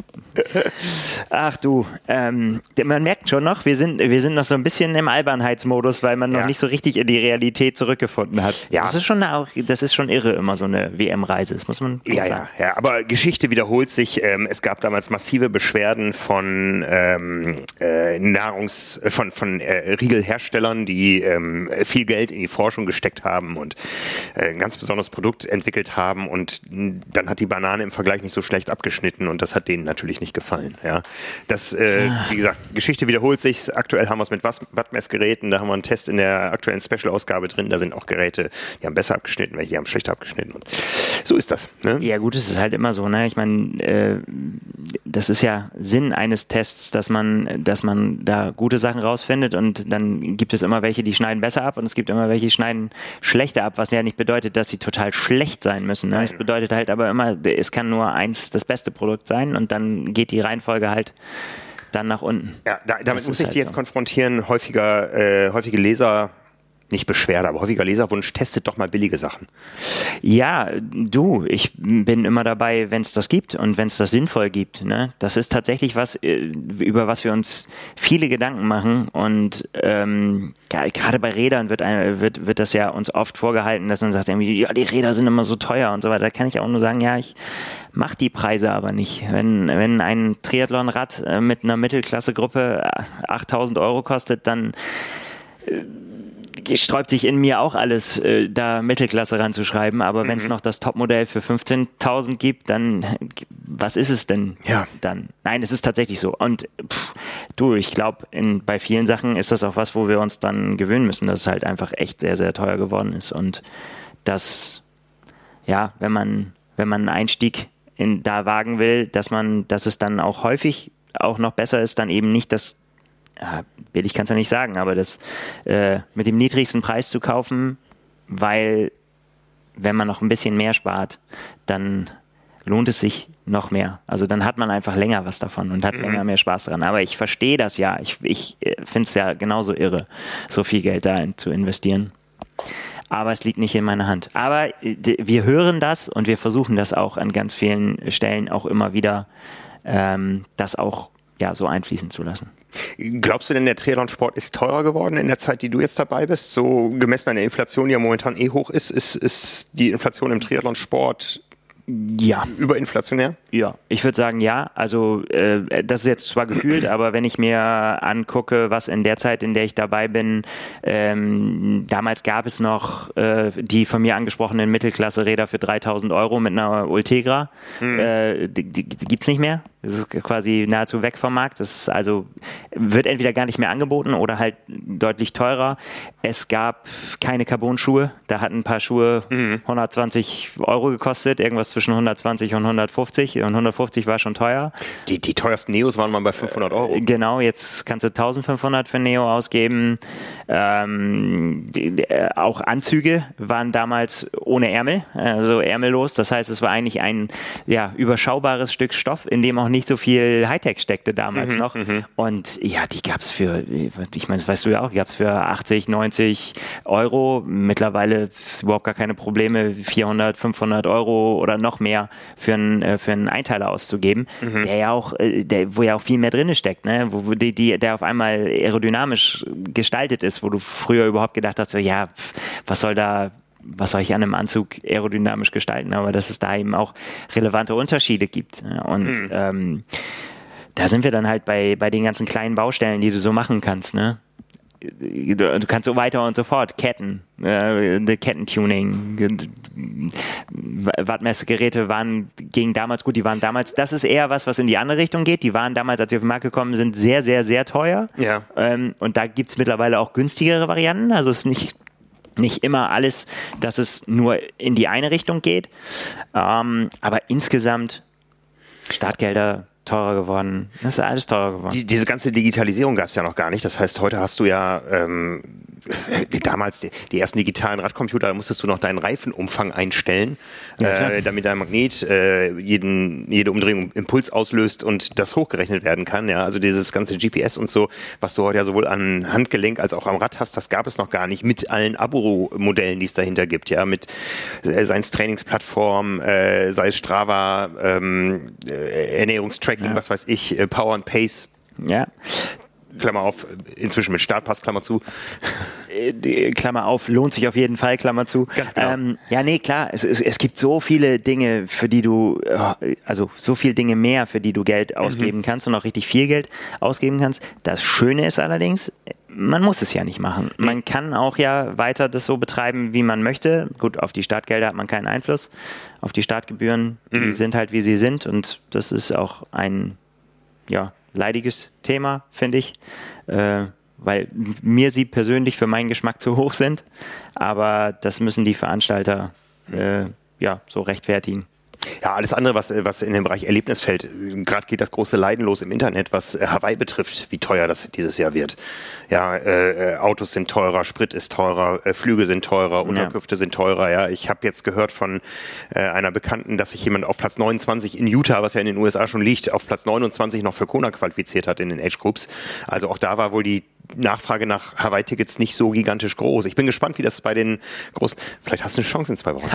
Speaker 2: Ach du, ähm, man merkt schon noch, wir sind, wir sind noch so ein bisschen im Albernheitsmodus, weil man noch
Speaker 1: Ja.
Speaker 2: nicht so richtig in die Realität zurückgefunden hat.
Speaker 1: Ja.
Speaker 2: Das ist schon auch, das ist schon irre, immer so eine W M-Reise, das muss man auch
Speaker 1: Ja,
Speaker 2: sagen.
Speaker 1: ja, ja, aber Geschichte wiederholt sich. Ähm, es gab damals massive Beschwerden von ähm, äh, Nahrungs-, von, von äh, Riegelherstellern, die ähm, viel Geld in die Forschung gesteckt haben und äh, ein ganz besonderes Produkt entwickelt haben, und dann hat die Banane im Vergleich nicht so schlecht abgeschnitten, und das hat denen natürlich nicht gefallen. Ja. Das, äh, wie gesagt, Geschichte wiederholt sich. Aktuell haben wir es mit Was- Wattmessgeräten, da haben wir einen Test in der aktuellen Special-Ausgabe drin, da sind auch Geräte, die haben besser abgeschnitten, welche die haben schlechter abgeschnitten, und so ist das. Ne?
Speaker 2: Ja gut, es ist halt immer so, ne? Ich meine, äh, das ist ja Sinn eines Tests, dass man, dass man da gute Sachen rausfindet, und dann gibt es immer welche, die schneiden besser ab, und es gibt immer welche, die schneiden schlechter ab, was ja nicht bedeutet, dass sie total schlecht sein müssen. Ne? Es bedeutet halt aber immer, es kann nur eins das beste Produkt sein, und dann geht die Reihenfolge halt dann nach unten.
Speaker 1: Ja, da, damit
Speaker 2: Das
Speaker 1: muss
Speaker 2: ist
Speaker 1: ich
Speaker 2: halt
Speaker 1: die jetzt
Speaker 2: so.
Speaker 1: konfrontieren. Häufiger, äh, häufige Leser, nicht Beschwerde, aber häufiger Leserwunsch, testet doch mal billige Sachen.
Speaker 2: Ja, du, ich bin immer dabei, wenn es das gibt und wenn es das sinnvoll gibt. Ne? Das ist tatsächlich was, äh, über was wir uns viele Gedanken machen, und ähm, ja, gerade bei Rädern wird, ein, wird, wird das ja uns oft vorgehalten, dass man sagt, irgendwie, ja, die Räder sind immer so teuer und so weiter. Da kann ich auch nur sagen, ja, ich mache die Preise aber nicht. Wenn, wenn ein Triathlonrad äh, mit einer Mittelklasse-Gruppe achttausend Euro kostet, dann sträubt sich in mir auch alles, äh, da Mittelklasse ranzuschreiben, aber wenn es noch das Topmodell für fünfzehntausend gibt, dann was ist es denn
Speaker 1: Ja.
Speaker 2: dann? Nein, es ist tatsächlich so. Und pff, du, ich glaube, bei vielen Sachen ist das auch was, wo wir uns dann gewöhnen müssen, dass es halt einfach echt sehr, sehr teuer geworden ist, und dass, ja, wenn man, wenn man einen Einstieg in, da wagen will, dass man, dass es dann auch häufig auch noch besser ist, dann eben nicht das, ja, billig kann es ja nicht sagen, aber das äh, mit dem niedrigsten Preis zu kaufen, weil wenn man noch ein bisschen mehr spart, dann lohnt es sich noch mehr. Also dann hat man einfach länger was davon und hat mhm. länger mehr Spaß dran. Aber ich verstehe das ja. Ich, ich finde es ja genauso irre, so viel Geld da in, zu investieren. Aber es liegt nicht in meiner Hand. Aber wir hören das und wir versuchen das auch an ganz vielen Stellen auch immer wieder, ähm, das auch ja, so einfließen zu lassen.
Speaker 1: Glaubst du denn, der Triathlon-Sport ist teurer geworden in der Zeit, die du jetzt dabei bist? So gemessen an der Inflation, die ja momentan eh hoch ist, ist, ist die Inflation im Triathlon-Sport
Speaker 2: ja.
Speaker 1: überinflationär?
Speaker 2: Ja, ich würde sagen ja. Also äh, das ist jetzt zwar gefühlt, aber wenn ich mir angucke, was in der Zeit, in der ich dabei bin, ähm, damals gab es noch äh, die von mir angesprochenen Mittelklasse-Räder für dreitausend Euro mit einer Ultegra. Hm. Äh, die die, die gibt es nicht mehr. Das ist quasi nahezu weg vom Markt. Das ist also wird entweder gar nicht mehr angeboten oder halt deutlich teurer. Es gab keine Carbon-Schuhe. Da hatten ein paar Schuhe mhm. hundertzwanzig Euro gekostet, irgendwas zwischen hundertzwanzig und hundertfünfzig. Und hundertfünfzig war schon teuer.
Speaker 1: Die, die teuersten Neos waren mal bei fünfhundert Euro.
Speaker 2: Genau, jetzt kannst du eintausendfünfhundert für Neo ausgeben. Ähm, die, die, auch Anzüge waren damals ohne Ärmel, also ärmellos. Das heißt, es war eigentlich ein ja, überschaubares Stück Stoff, in dem auch nicht so viel Hightech steckte damals
Speaker 1: mhm,
Speaker 2: noch.
Speaker 1: Mhm.
Speaker 2: Und ja, die gab es für, ich meine, das weißt du ja auch, die gab es für achtzig, neunzig Euro. Mittlerweile ist überhaupt gar keine Probleme, vierhundert, fünfhundert Euro oder noch mehr für einen, für einen Einteiler auszugeben, mhm. der ja auch, der, wo ja auch viel mehr drin steckt, ne? wo die, die, der auf einmal aerodynamisch gestaltet ist, wo du früher überhaupt gedacht hast, so, ja, was soll da was soll ich an einem Anzug aerodynamisch gestalten, aber dass es da eben auch relevante Unterschiede gibt. Und hm. ähm, da sind wir dann halt bei, bei den ganzen kleinen Baustellen, die du so machen kannst. Ne? Du, du kannst so weiter und so fort. Ketten, äh, Kettentuning, Wattmessgeräte waren, gingen damals gut, die waren damals, das ist eher was, was in die andere Richtung geht. Die waren damals, als sie auf den Markt gekommen sind, sehr, sehr, sehr teuer.
Speaker 1: Ja.
Speaker 2: Ähm, und da gibt es mittlerweile auch günstigere Varianten. Also es ist nicht Nicht immer alles, dass es nur in die eine Richtung geht, ähm, aber insgesamt Startgelder teurer geworden. Das ist alles teurer geworden.
Speaker 1: Die, diese ganze Digitalisierung gab es ja noch gar nicht. Das heißt, heute hast du ja ähm, damals die, die ersten digitalen Radcomputer, da musstest du noch deinen Reifenumfang einstellen, ja, äh, damit dein Magnet äh, jeden, jede Umdrehung Impuls auslöst und das hochgerechnet werden kann. Ja, also dieses ganze G P S und so, was du heute ja sowohl an Handgelenk als auch am Rad hast, das gab es noch gar nicht mit allen Abo-Modellen, die es dahinter gibt. Ja, mit äh, sei es Trainingsplattform, äh, sei es Strava, ähm, äh, Ernährungstracking, ja. was weiß ich, äh, Power and Pace.
Speaker 2: Ja.
Speaker 1: Klammer auf, inzwischen mit Startpass, Klammer zu.
Speaker 2: Klammer auf, lohnt sich auf jeden Fall, Klammer zu.
Speaker 1: Ganz genau.
Speaker 2: Ähm, ja, nee, klar, es, es, es gibt so viele Dinge, für die du, also so viele Dinge mehr, für die du Geld ausgeben mhm. kannst und auch richtig viel Geld ausgeben kannst. Das Schöne ist allerdings, man muss es ja nicht machen. Man mhm. kann auch ja weiter das so betreiben, wie man möchte. Gut, auf die Startgelder hat man keinen Einfluss. Auf die Startgebühren, die mhm. sind halt, wie sie sind, und das ist auch ein, ja, leidiges Thema, finde ich, äh, weil mir sie persönlich für meinen Geschmack zu hoch sind, aber das müssen die Veranstalter äh, ja so rechtfertigen.
Speaker 1: Ja, alles andere, was, was in den Bereich Erlebnis fällt, gerade geht das große Leiden los im Internet, was Hawaii betrifft, wie teuer das dieses Jahr wird. Ja, äh, Autos sind teurer, Sprit ist teurer, äh, Flüge sind teurer, Unterkünfte ja. sind teurer. Ja, ich habe jetzt gehört von äh, einer Bekannten, dass sich jemand auf Platz neunundzwanzig in Utah, was ja in den U S A schon liegt, auf Platz neunundzwanzig noch für Kona qualifiziert hat in den Age Groups. Also auch da war wohl die Nachfrage nach Hawaii-Tickets nicht so gigantisch groß. Ich bin gespannt, wie das bei den großen... Vielleicht hast du eine Chance in zwei Wochen.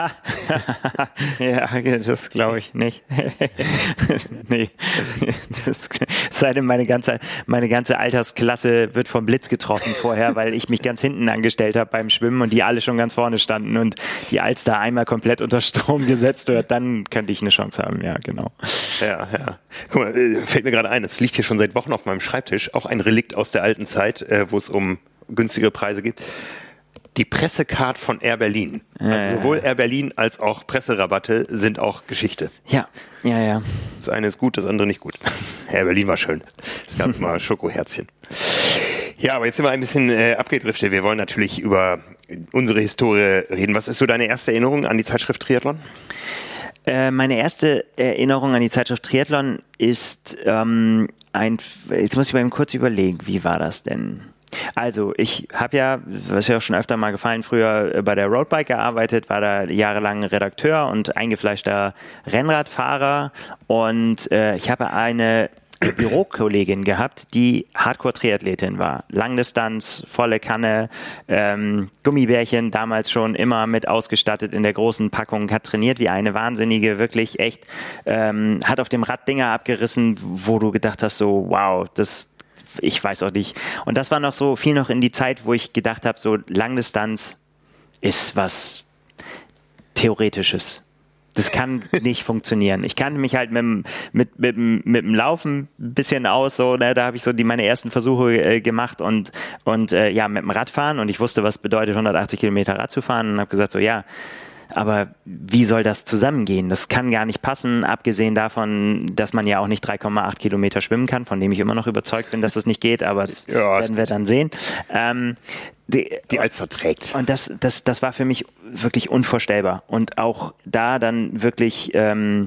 Speaker 2: Ja, das glaube ich nicht. Nee. Das, sei denn, meine ganze, meine ganze Altersklasse wird vom Blitz getroffen vorher, weil ich mich ganz hinten angestellt habe beim Schwimmen und die alle schon ganz vorne standen und die Alster einmal komplett unter Strom gesetzt wird, dann könnte ich eine Chance haben. Ja, genau.
Speaker 1: Ja, ja. Guck mal, fällt mir gerade ein, es liegt hier schon seit Wochen auf meinem Schreibtisch, auch ein Relikt aus der alten Zeit, wo es um günstigere Preise geht. Die Pressecard von Air Berlin. Also sowohl Air Berlin als auch Presserabatte sind auch Geschichte.
Speaker 2: Ja, ja, ja.
Speaker 1: Das eine ist gut, das andere nicht gut. Air Berlin war schön. Es gab immer Schokoherzchen. Ja, aber jetzt sind wir ein bisschen äh, abgedriftet. Wir wollen natürlich über unsere Historie reden. Was ist so deine erste Erinnerung an die Zeitschrift Triathlon?
Speaker 2: Äh, meine erste Erinnerung an die Zeitschrift Triathlon ist ähm, ein, jetzt muss ich mal eben kurz überlegen, wie war das denn? Also ich habe ja, was ja auch schon öfter mal gefallen, früher bei der Roadbike gearbeitet, war da jahrelang Redakteur und eingefleischter Rennradfahrer und äh, ich habe eine Bürokollegin gehabt, die Hardcore-Triathletin war. Langdistanz, volle Kanne, ähm, Gummibärchen, damals schon immer mit ausgestattet in der großen Packung, hat trainiert wie eine Wahnsinnige, wirklich echt, ähm, hat auf dem Rad Dinger abgerissen, wo du gedacht hast, so wow, das ich weiß auch nicht. Und das war noch so viel noch in die Zeit, wo ich gedacht habe, so Langdistanz ist was Theoretisches. Das kann nicht funktionieren. Ich kannte mich halt mit, mit, mit, mit dem Laufen ein bisschen aus, so, ne? Da habe ich so die, meine ersten Versuche äh, gemacht und, und äh, ja, mit dem Radfahren und ich wusste, was bedeutet hundertachtzig Kilometer Rad zu fahren und habe gesagt, so ja, aber wie soll das zusammengehen? Das kann gar nicht passen, abgesehen davon, dass man ja auch nicht drei Komma acht Kilometer schwimmen kann, von dem ich immer noch überzeugt bin, dass das nicht geht, aber das ja, werden wir dann sehen. Ähm,
Speaker 1: die, die Alster trägt.
Speaker 2: Und das, das, das war für mich wirklich unvorstellbar. Und auch da dann wirklich ähm,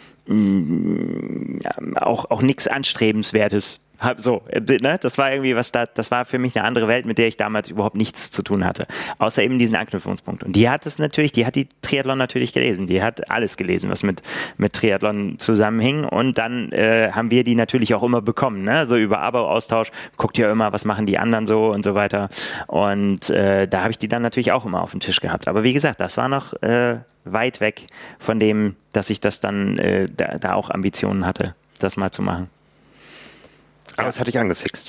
Speaker 2: auch, auch nichts Anstrebenswertes. So, ne? Das war irgendwie was da, das war für mich eine andere Welt, mit der ich damals überhaupt nichts zu tun hatte. Außer eben diesen Anknüpfungspunkt. Und die hat es natürlich, die hat die Triathlon natürlich gelesen. Die hat alles gelesen, was mit, mit Triathlon zusammenhing. Und dann äh, haben wir die natürlich auch immer bekommen, ne? So über Abo-Austausch, guckt ja immer, was machen die anderen so und so weiter. Und äh, da habe ich die dann natürlich auch immer auf dem Tisch gehabt. Aber wie gesagt, das war noch äh, weit weg von dem, dass ich das dann äh, da, da auch Ambitionen hatte, das mal zu machen.
Speaker 1: Aber es hat dich angefixt.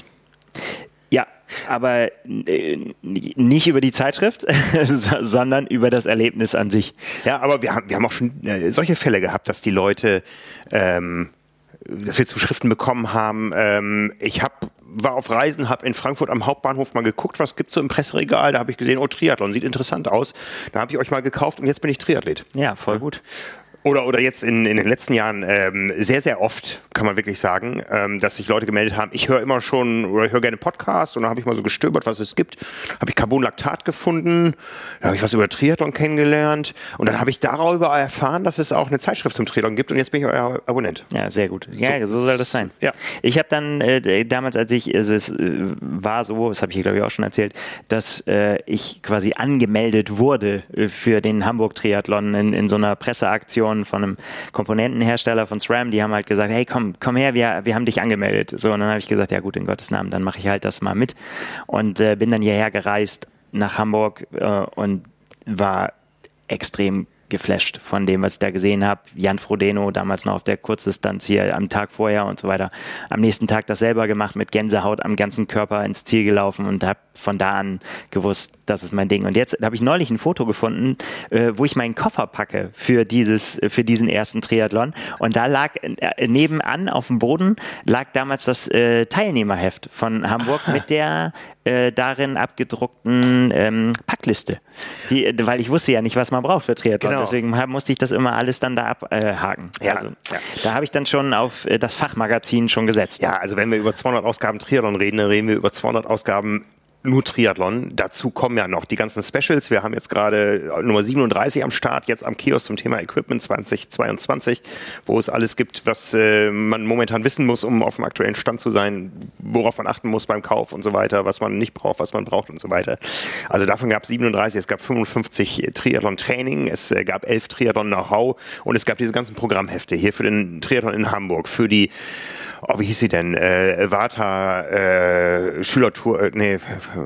Speaker 2: Ja, aber äh, nicht über die Zeitschrift, sondern über das Erlebnis an sich.
Speaker 1: Ja, aber wir haben, wir haben auch schon äh, solche Fälle gehabt, dass die Leute, ähm, dass wir Zuschriften bekommen haben. Ähm, ich hab, war auf Reisen, habe in Frankfurt am Hauptbahnhof mal geguckt, was gibt's so im Presseregal. Da habe ich gesehen, oh, Triathlon, sieht interessant aus. Da habe ich euch mal gekauft und jetzt bin ich Triathlet.
Speaker 2: Ja, voll gut.
Speaker 1: Oder, oder jetzt in, in den letzten Jahren ähm, sehr, sehr oft, kann man wirklich sagen, ähm, dass sich Leute gemeldet haben, ich höre immer schon, oder ich höre gerne Podcasts und dann habe ich mal so gestöbert, was es gibt. Habe ich Carbonlactat gefunden, da habe ich was über Triathlon kennengelernt und dann habe ich darüber erfahren, dass es auch eine Zeitschrift zum Triathlon gibt und jetzt bin ich euer Abonnent.
Speaker 2: Ja, sehr gut. Ja, so, so soll das sein.
Speaker 1: Ja.
Speaker 2: Ich habe dann äh, damals, als ich, also es äh, war so, das habe ich hier glaube ich auch schon erzählt, dass äh, ich quasi angemeldet wurde äh, für den Hamburg-Triathlon in, in so einer Presseaktion von einem Komponentenhersteller von SRAM, die haben halt gesagt, hey komm, komm her, wir, wir haben dich angemeldet. So, und dann habe ich gesagt, ja gut, in Gottes Namen, dann mache ich halt das mal mit und äh, bin dann hierher gereist nach Hamburg äh, und war extrem geflasht von dem, was ich da gesehen habe. Jan Frodeno, damals noch auf der Kurzdistanz hier am Tag vorher und so weiter. Am nächsten Tag das selber gemacht, mit Gänsehaut am ganzen Körper ins Ziel gelaufen und habe von da an gewusst, das ist mein Ding. Und jetzt habe ich neulich ein Foto gefunden, äh, wo ich meinen Koffer packe für dieses, für diesen ersten Triathlon. Und da lag äh, nebenan auf dem Boden lag damals das äh, Teilnehmerheft von Hamburg Aha. mit der äh, darin abgedruckten ähm, Packliste. Die, äh, weil ich wusste ja nicht, was man braucht für Triathlon. Genau. Deswegen hab, musste ich das immer alles dann da abhaken. Äh, ja, also, ja. Da habe ich dann schon auf äh, das Fachmagazin schon gesetzt.
Speaker 1: Ja, also wenn wir über zweihundert Ausgaben Triathlon reden, dann reden wir über zweihundert Ausgaben nur Triathlon. Dazu kommen ja noch die ganzen Specials. Wir haben jetzt gerade Nummer siebenunddreißig am Start, jetzt am Kiosk zum Thema Equipment zwanzig zweiundzwanzig, wo es alles gibt, was äh, man momentan wissen muss, um auf dem aktuellen Stand zu sein, worauf man achten muss beim Kauf und so weiter, was man nicht braucht, was man braucht und so weiter. Also davon gab es siebenunddreißig, es gab fünfundfünfzig Triathlon-Training, es äh, gab elf Triathlon-Know-how und es gab diese ganzen Programmhefte hier für den Triathlon in Hamburg, für die Oh, wie hieß sie denn? Äh, Vata äh, Schülertour, äh, nee, äh,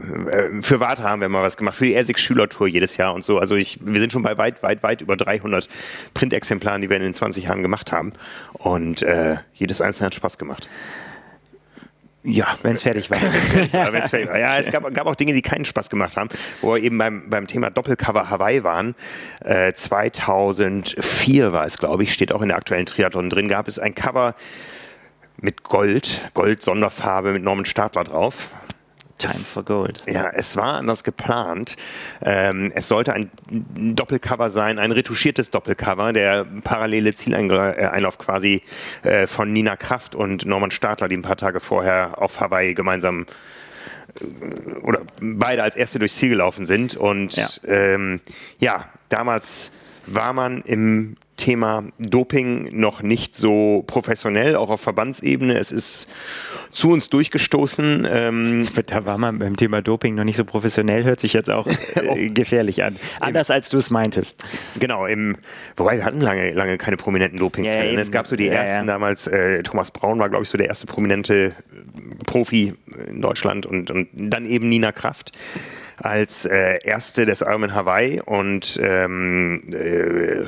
Speaker 1: für Vata haben wir mal was gemacht, für die ESICS Schülertour jedes Jahr und so. Also ich, wir sind schon bei weit, weit, weit über dreihundert Printexemplaren, die wir in den zwanzig Jahren gemacht haben. Und äh, jedes einzelne hat Spaß gemacht.
Speaker 2: Ja, wenn es fertig war.
Speaker 1: ja, wenn's fertig war. Ja, es gab, gab auch Dinge, die keinen Spaß gemacht haben, wo wir eben beim, beim Thema Doppelcover Hawaii waren. Äh, zweitausendvier war es, glaube ich, steht auch in der aktuellen Triathlon drin, gab es ein Cover mit Gold, Gold-Sonderfarbe mit Norman Stadler drauf.
Speaker 2: Time
Speaker 1: es,
Speaker 2: for Gold.
Speaker 1: Ja, es war anders geplant. Ähm, es sollte ein Doppelcover sein, ein retuschiertes Doppelcover, der parallele Zieleinlauf quasi äh, von Nina Kraft und Norman Stadler, die ein paar Tage vorher auf Hawaii gemeinsam äh, oder beide als Erste durchs Ziel gelaufen sind. Und ja, ähm, ja damals war man im Thema Doping noch nicht so professionell, auch auf Verbandsebene. Es ist zu uns durchgestoßen. Ähm
Speaker 2: da war man beim Thema Doping noch nicht so professionell, hört sich jetzt auch äh, gefährlich an. Anders als du es meintest.
Speaker 1: Genau, im, wobei wir hatten lange, lange keine prominenten Dopingfälle. Ja, es gab so die ersten ja, ja. damals, äh, Thomas Braun war, glaube ich, so der erste prominente Profi in Deutschland und, und dann eben Nina Kraft als äh, erste des Ironman Hawaii und ähm, äh,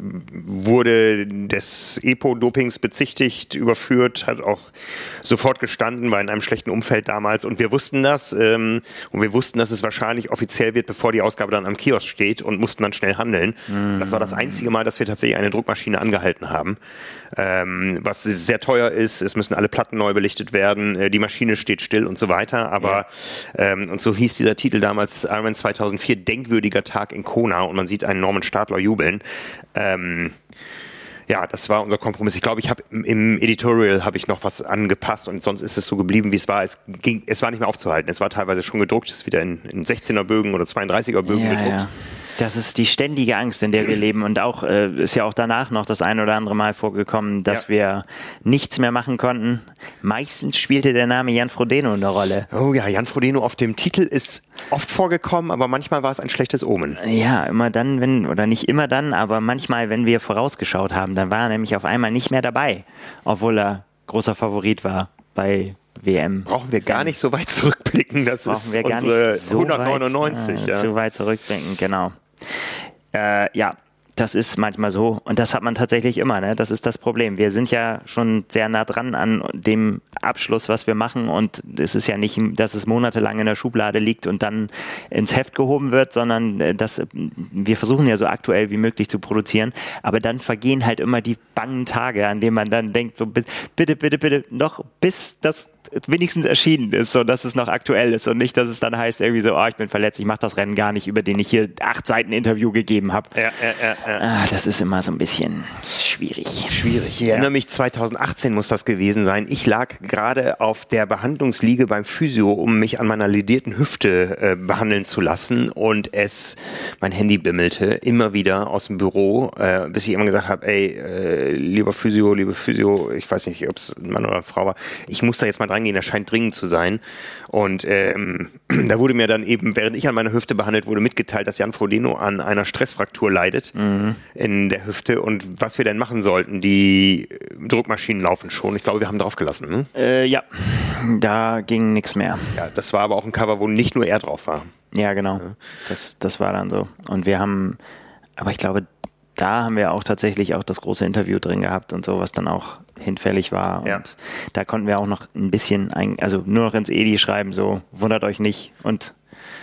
Speaker 1: wurde des E P O-Dopings bezichtigt, überführt, hat auch sofort gestanden, war in einem schlechten Umfeld damals und wir wussten das ähm, und wir wussten, dass es wahrscheinlich offiziell wird, bevor die Ausgabe dann am Kiosk steht und mussten dann schnell handeln. Mm. Das war das einzige Mal, dass wir tatsächlich eine Druckmaschine angehalten haben, ähm, was sehr teuer ist, es müssen alle Platten neu belichtet werden, äh, die Maschine steht still und so weiter, aber ja. ähm, und so hieß dieser Titel damals Ironman zweitausendvier, denkwürdiger Tag in Kona und man sieht einen Norman Stadler jubeln. Ähm, ja, das war unser Kompromiss. Ich glaube, ich habe im Editorial habe ich noch was angepasst und sonst ist es so geblieben, wie es war. Es ging, es war nicht mehr aufzuhalten. Es war teilweise schon gedruckt, es ist wieder in, in sechzehner Bögen oder zweiunddreißiger Bögen
Speaker 2: ja,
Speaker 1: gedruckt.
Speaker 2: Ja. Das ist die ständige Angst, in der wir leben und auch äh, ist ja auch danach noch das ein oder andere Mal vorgekommen, dass ja. wir nichts mehr machen konnten. Meistens spielte der Name Jan Frodeno eine Rolle.
Speaker 1: Oh ja, Jan Frodeno auf dem Titel ist oft vorgekommen, aber manchmal war es ein schlechtes Omen.
Speaker 2: Ja, immer dann, wenn, oder nicht immer dann, aber manchmal, wenn wir vorausgeschaut haben, dann war er nämlich auf einmal nicht mehr dabei, obwohl er großer Favorit war bei W M.
Speaker 1: Brauchen wir gar nicht so weit zurückblicken, das Brauchen ist wir gar unsere nicht so hundertneunundneunzig.
Speaker 2: Weit, äh,
Speaker 1: ja.
Speaker 2: Zu weit zurückblicken, genau. Äh, ja, das ist manchmal so und das hat man tatsächlich immer, ne? Das ist das Problem. Wir sind ja schon sehr nah dran an dem Abschluss, was wir machen und es ist ja nicht, dass es monatelang in der Schublade liegt und dann ins Heft gehoben wird, sondern dass wir versuchen ja so aktuell wie möglich zu produzieren, aber dann vergehen halt immer die bangen Tage, an denen man dann denkt, so, bitte, bitte, bitte, noch bis das wenigstens erschienen ist, so dass es noch aktuell ist und nicht, dass es dann heißt irgendwie so, oh, ich bin verletzt, ich mache das Rennen gar nicht, über den ich hier acht Seiten Interview gegeben habe.
Speaker 1: Ja, ja, ja, ja.
Speaker 2: Ah, das ist immer so ein bisschen schwierig.
Speaker 1: Schwierig. Ich ja. erinnere mich, zweitausendachtzehn muss das gewesen sein. Ich lag gerade auf der Behandlungsliege beim Physio, um mich an meiner ledierten Hüfte äh, behandeln zu lassen und es, mein Handy bimmelte immer wieder aus dem Büro, äh, bis ich immer gesagt habe, ey, äh, lieber Physio, liebe Physio, ich weiß nicht, ob es ein Mann oder eine Frau war, ich muss da jetzt mal dran gehen, das scheint dringend zu sein. Und ähm, da wurde mir dann eben, während ich an meiner Hüfte behandelt wurde, mitgeteilt, dass Jan Frodeno an einer Stressfraktur leidet mhm. in der Hüfte und was wir denn machen sollten. Die Druckmaschinen laufen schon. Ich glaube, wir haben drauf gelassen. Ne?
Speaker 2: Äh, ja, da ging nichts mehr.
Speaker 1: Ja, das war aber auch ein Cover, wo nicht nur er drauf war.
Speaker 2: Ja, genau. Ja. Das, das war dann so. Und wir haben, aber ich glaube, da haben wir auch tatsächlich auch das große Interview drin gehabt und so, was dann auch hinfällig war.
Speaker 1: Ja.
Speaker 2: Und da konnten wir auch noch ein bisschen, ein, also nur noch ins Edi schreiben, so, wundert euch nicht. Und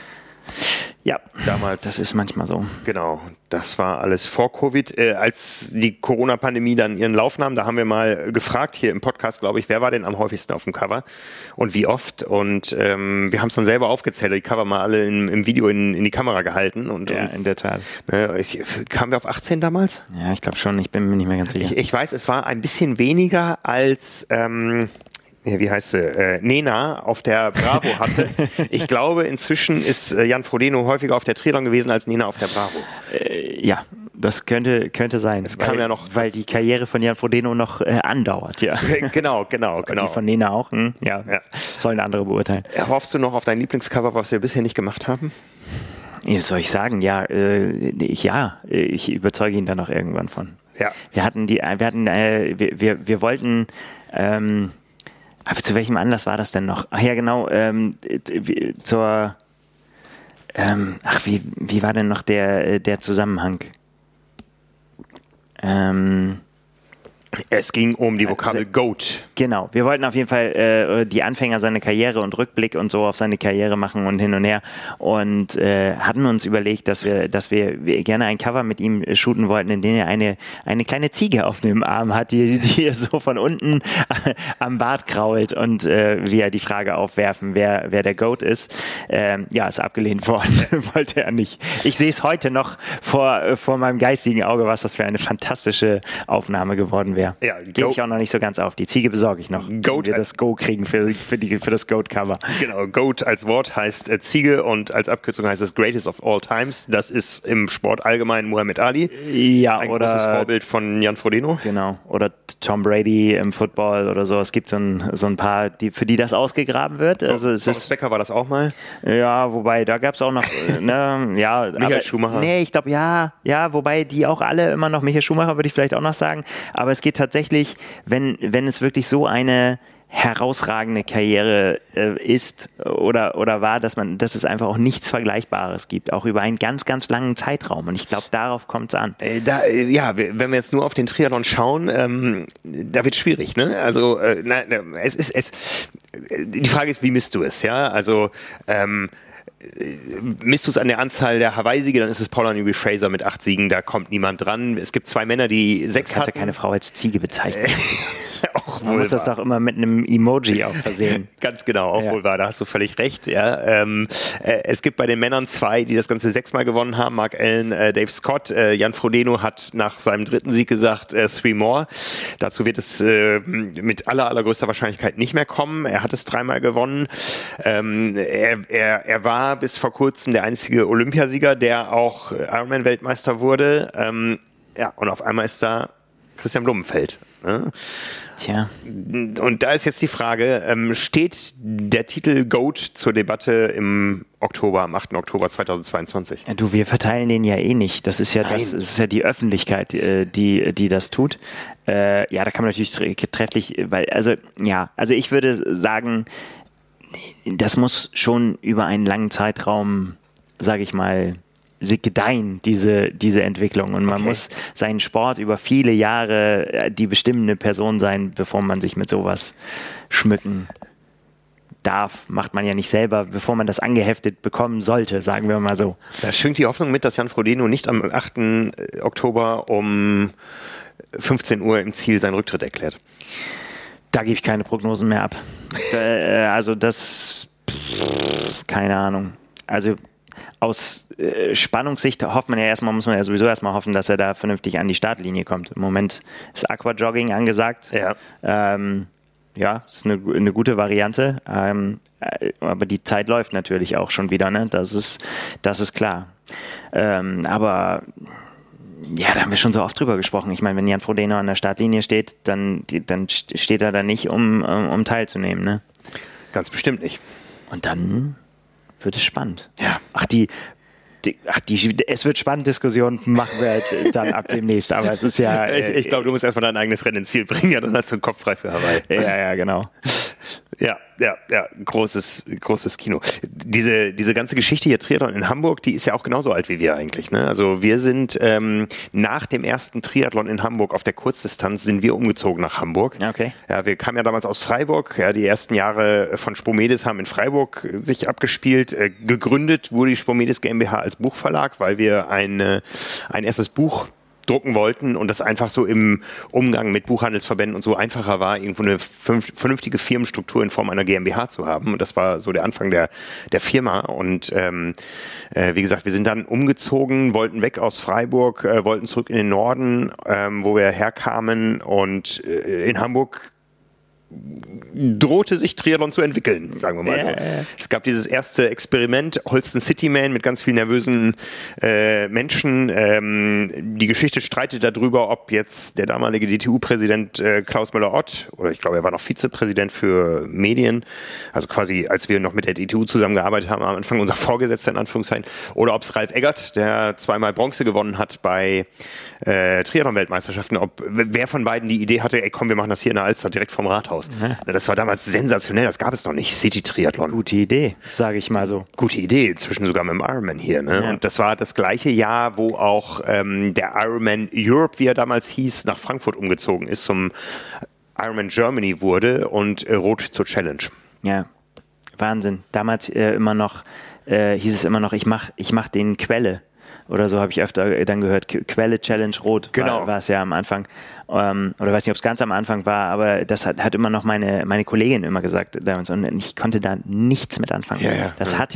Speaker 2: ja, damals. Das ist manchmal so.
Speaker 1: Genau, das war alles vor Covid. Äh, als die Corona-Pandemie dann ihren Lauf nahm, da haben wir mal gefragt, hier im Podcast, glaube ich, wer war denn am häufigsten auf dem Cover und wie oft. Und ähm, wir haben es dann selber aufgezählt, die Cover mal alle in, im Video in, in die Kamera gehalten. Und
Speaker 2: ja,
Speaker 1: uns,
Speaker 2: in der Tat.
Speaker 1: Ne, ich, kamen wir auf achtzehn damals?
Speaker 2: Ja, ich glaube schon, ich bin mir nicht mehr ganz sicher.
Speaker 1: Ich, ich weiß, es war ein bisschen weniger als... Ähm, wie heißt sie, äh, Nena auf der Bravo hatte. Ich glaube, inzwischen ist äh, Jan Frodeno häufiger auf der Triathlon gewesen als Nena auf der Bravo.
Speaker 2: Äh, ja, das könnte, könnte sein.
Speaker 1: Es kam
Speaker 2: weil,
Speaker 1: ja noch,
Speaker 2: weil die Karriere von Jan Frodeno noch äh, andauert, ja.
Speaker 1: Genau, genau, genau.
Speaker 2: Die von Nena auch, hm? ja, ja. Sollen andere beurteilen.
Speaker 1: Hoffst du noch auf dein Lieblingscover, was wir bisher nicht gemacht haben?
Speaker 2: Ja, soll ich sagen, ja, äh, ja, ich überzeuge ihn da noch irgendwann von.
Speaker 1: Ja.
Speaker 2: Wir hatten die, wir hatten, äh, wir, wir, wir wollten, ähm, aber zu welchem Anlass war das denn noch? Ach ja, genau, ähm, zur, ähm, ach, wie, wie war denn noch der, der Zusammenhang? Ähm,
Speaker 1: Es ging um die Vokabel also, GOAT.
Speaker 2: Genau, wir wollten auf jeden Fall äh, die Anfänger seiner Karriere und Rückblick und so auf seine Karriere machen und hin und her und äh, hatten uns überlegt, dass wir, dass wir, wir gerne ein Cover mit ihm shooten wollten, in dem er eine, eine kleine Ziege auf dem Arm hat, die, die er so von unten am Bart krault und äh, wir die Frage aufwerfen, wer, wer der GOAT ist. Ähm, ja, ist abgelehnt worden, wollte er nicht. Ich sehe es heute noch vor, vor meinem geistigen Auge, was das für eine fantastische Aufnahme geworden wäre.
Speaker 1: Ja,
Speaker 2: gebe ich auch noch nicht so ganz auf. Die Ziege besorge ich noch,
Speaker 1: Goat,
Speaker 2: wenn wir das Go kriegen für, für, die, für das Goat-Cover.
Speaker 1: Genau, Goat als Wort heißt äh, Ziege und als Abkürzung heißt es Greatest of All Times. Das ist im Sport allgemein Muhammad Ali.
Speaker 2: Ja,
Speaker 1: ein
Speaker 2: oder,
Speaker 1: großes Vorbild von Jan Frodeno.
Speaker 2: Genau, oder Tom Brady im Football oder so. Es gibt so ein, so ein paar, die, für die das ausgegraben wird. Also es
Speaker 1: Thomas
Speaker 2: ist,
Speaker 1: Becker war das auch mal.
Speaker 2: ja, wobei, da gab es auch noch, äh, ne, ja.
Speaker 1: Michael
Speaker 2: aber,
Speaker 1: Schumacher.
Speaker 2: Nee, ich glaube, ja, ja, wobei die auch alle immer noch, Michael Schumacher würde ich vielleicht auch noch sagen, aber es geht tatsächlich, wenn, wenn es wirklich so eine herausragende Karriere äh, ist oder, oder war, dass man, dass es einfach auch nichts Vergleichbares gibt, auch über einen ganz, ganz langen Zeitraum. Und ich glaube, darauf kommt es an.
Speaker 1: Äh, da, äh, ja, wenn wir jetzt nur auf den Triathlon schauen, ähm, da wird es schwierig, ne? Also, äh, na, na, es ist, es, die Frage ist, wie misst du es, ja? Also, ähm, misst du es an der Anzahl der Hawaii-Siege, dann ist es Paula Newby-Fraser mit acht Siegen, da kommt niemand dran. Es gibt zwei Männer, die sechs
Speaker 2: Du kannst
Speaker 1: hatten.
Speaker 2: ja keine Frau als Ziege bezeichnen.
Speaker 1: Auch
Speaker 2: Man muss das doch immer mit einem Emoji auch versehen.
Speaker 1: Ganz genau, auch
Speaker 2: Ja.
Speaker 1: wohl wahr, da hast du völlig recht. Ja. Ähm, äh, es gibt bei den Männern zwei, die das Ganze sechsmal gewonnen haben, Mark Allen, äh, Dave Scott. Äh, Jan Frodeno hat nach seinem dritten Sieg gesagt, äh, three more. Dazu wird es äh, mit aller, allergrößter Wahrscheinlichkeit nicht mehr kommen. Er hat es dreimal gewonnen. Ähm, er, er, er war bis vor kurzem der einzige Olympiasieger, der auch Ironman-Weltmeister wurde. Ähm, ja, und auf einmal ist da Christian Blumenfeld. Ne?
Speaker 2: Tja.
Speaker 1: Und da ist jetzt die Frage, ähm, steht der Titel GOAT zur Debatte im Oktober, am achten Oktober zweitausendzweiundzwanzig?
Speaker 2: Ja, du, wir verteilen den ja eh nicht. Das ist ja das, das ist ja die Öffentlichkeit, äh, die, die das tut. Äh, ja, da kann man natürlich tre- trefflich, weil, also, ja, also ich würde sagen, das muss schon über einen langen Zeitraum, sage ich mal, sie gedeihen, diese, diese Entwicklung. Und man
Speaker 1: Okay.
Speaker 2: muss seinen Sport über viele Jahre die bestimmende Person sein, bevor man sich mit sowas schmücken darf. Macht man ja nicht selber, bevor man das angeheftet bekommen sollte, sagen wir mal so.
Speaker 1: Da schwingt die Hoffnung mit, dass Jan Frodeno nicht am achten Oktober um fünfzehn Uhr im Ziel seinen Rücktritt erklärt.
Speaker 2: Da gebe ich keine Prognosen mehr ab. äh, also das, pff, keine Ahnung. Also aus äh, Spannungssicht hofft man ja erstmal, muss man ja sowieso erstmal hoffen, dass er da vernünftig an die Startlinie kommt. Im Moment ist Aquajogging angesagt.
Speaker 1: Ja.
Speaker 2: Ähm, ja, ist eine, eine gute Variante. Ähm, äh, aber die Zeit läuft natürlich auch schon wieder, ne? Das ist, das ist klar. Ähm, aber ja, da haben wir schon so oft drüber gesprochen. Ich meine, wenn Jan Frodeno an der Startlinie steht, dann, die, dann steht er da nicht, um, um, um teilzunehmen, ne?
Speaker 1: Ganz bestimmt nicht.
Speaker 2: Und dann wird es spannend.
Speaker 1: Ja.
Speaker 2: Ach, die, die, ach, die, es wird spannend, Diskussionen machen wir dann ab demnächst, aber es ist ja...
Speaker 1: Ich, ich glaube, du musst erstmal dein eigenes Rennen ins Ziel bringen, ja, dann hast du den Kopf frei für Hawaii.
Speaker 2: Ja, ja, genau.
Speaker 1: Ja, ja, ja, großes, großes Kino. Diese, diese ganze Geschichte hier Triathlon in Hamburg, die ist ja auch genauso alt wie wir eigentlich, ne? Also wir sind ähm, nach dem ersten Triathlon in Hamburg auf der Kurzdistanz sind wir umgezogen nach Hamburg.
Speaker 2: Okay.
Speaker 1: Ja, wir kamen ja damals aus Freiburg. Ja, die ersten Jahre von Spomedis haben in Freiburg sich abgespielt. Äh, gegründet wurde die Spomedis GmbH als Buchverlag, weil wir ein, ein erstes Buch drucken wollten und das einfach so im Umgang mit Buchhandelsverbänden und so einfacher war, irgendwo eine vernünftige Firmenstruktur in Form einer GmbH zu haben. Und das war so der Anfang der, der Firma. Und ähm, äh, wie gesagt, wir sind dann umgezogen, wollten weg aus Freiburg, äh, wollten zurück in den Norden, ähm, wo wir herkamen. Und äh, in Hamburg drohte sich Triathlon zu entwickeln, sagen wir mal so.
Speaker 2: Ja, ja, ja.
Speaker 1: Es gab dieses erste Experiment, Holsten City Man, mit ganz vielen nervösen äh, Menschen. Ähm, die Geschichte streitet darüber, ob jetzt der damalige D T U-Präsident äh, Klaus Müller-Ott, oder ich glaube, er war noch Vizepräsident für Medien, also quasi, als wir noch mit der D T U zusammengearbeitet haben, am Anfang unser Vorgesetzter in Anführungszeichen, oder ob es Ralf Eggert, der zweimal Bronze gewonnen hat bei äh, Triathlon-Weltmeisterschaften, ob wer von beiden die Idee hatte, ey komm, wir machen das hier in der Alster direkt vom Rathaus. Ja. Das war damals sensationell, das gab es noch nicht, City-Triathlon.
Speaker 2: Gute Idee, sage ich mal so.
Speaker 1: Gute Idee, inzwischen sogar mit dem Ironman hier. Ne?
Speaker 2: Ja.
Speaker 1: Und das war das gleiche Jahr, wo auch ähm, der Ironman Europe, wie er damals hieß, nach Frankfurt umgezogen ist, zum Ironman Germany wurde und äh, Road zur Challenge.
Speaker 2: Ja, Wahnsinn. Damals äh, immer noch, äh, hieß es immer noch, ich mach, ich mach den Quelle. Oder so habe ich öfter dann gehört. Quelle Challenge Rot
Speaker 1: Genau.
Speaker 2: war, war es ja am Anfang. Ähm, oder weiß nicht, ob es ganz am Anfang war, aber das hat, hat immer noch meine, meine Kollegin immer gesagt damals. Und ich konnte da nichts mit anfangen.
Speaker 1: Ja, ja,
Speaker 2: das
Speaker 1: ja.
Speaker 2: hatte ich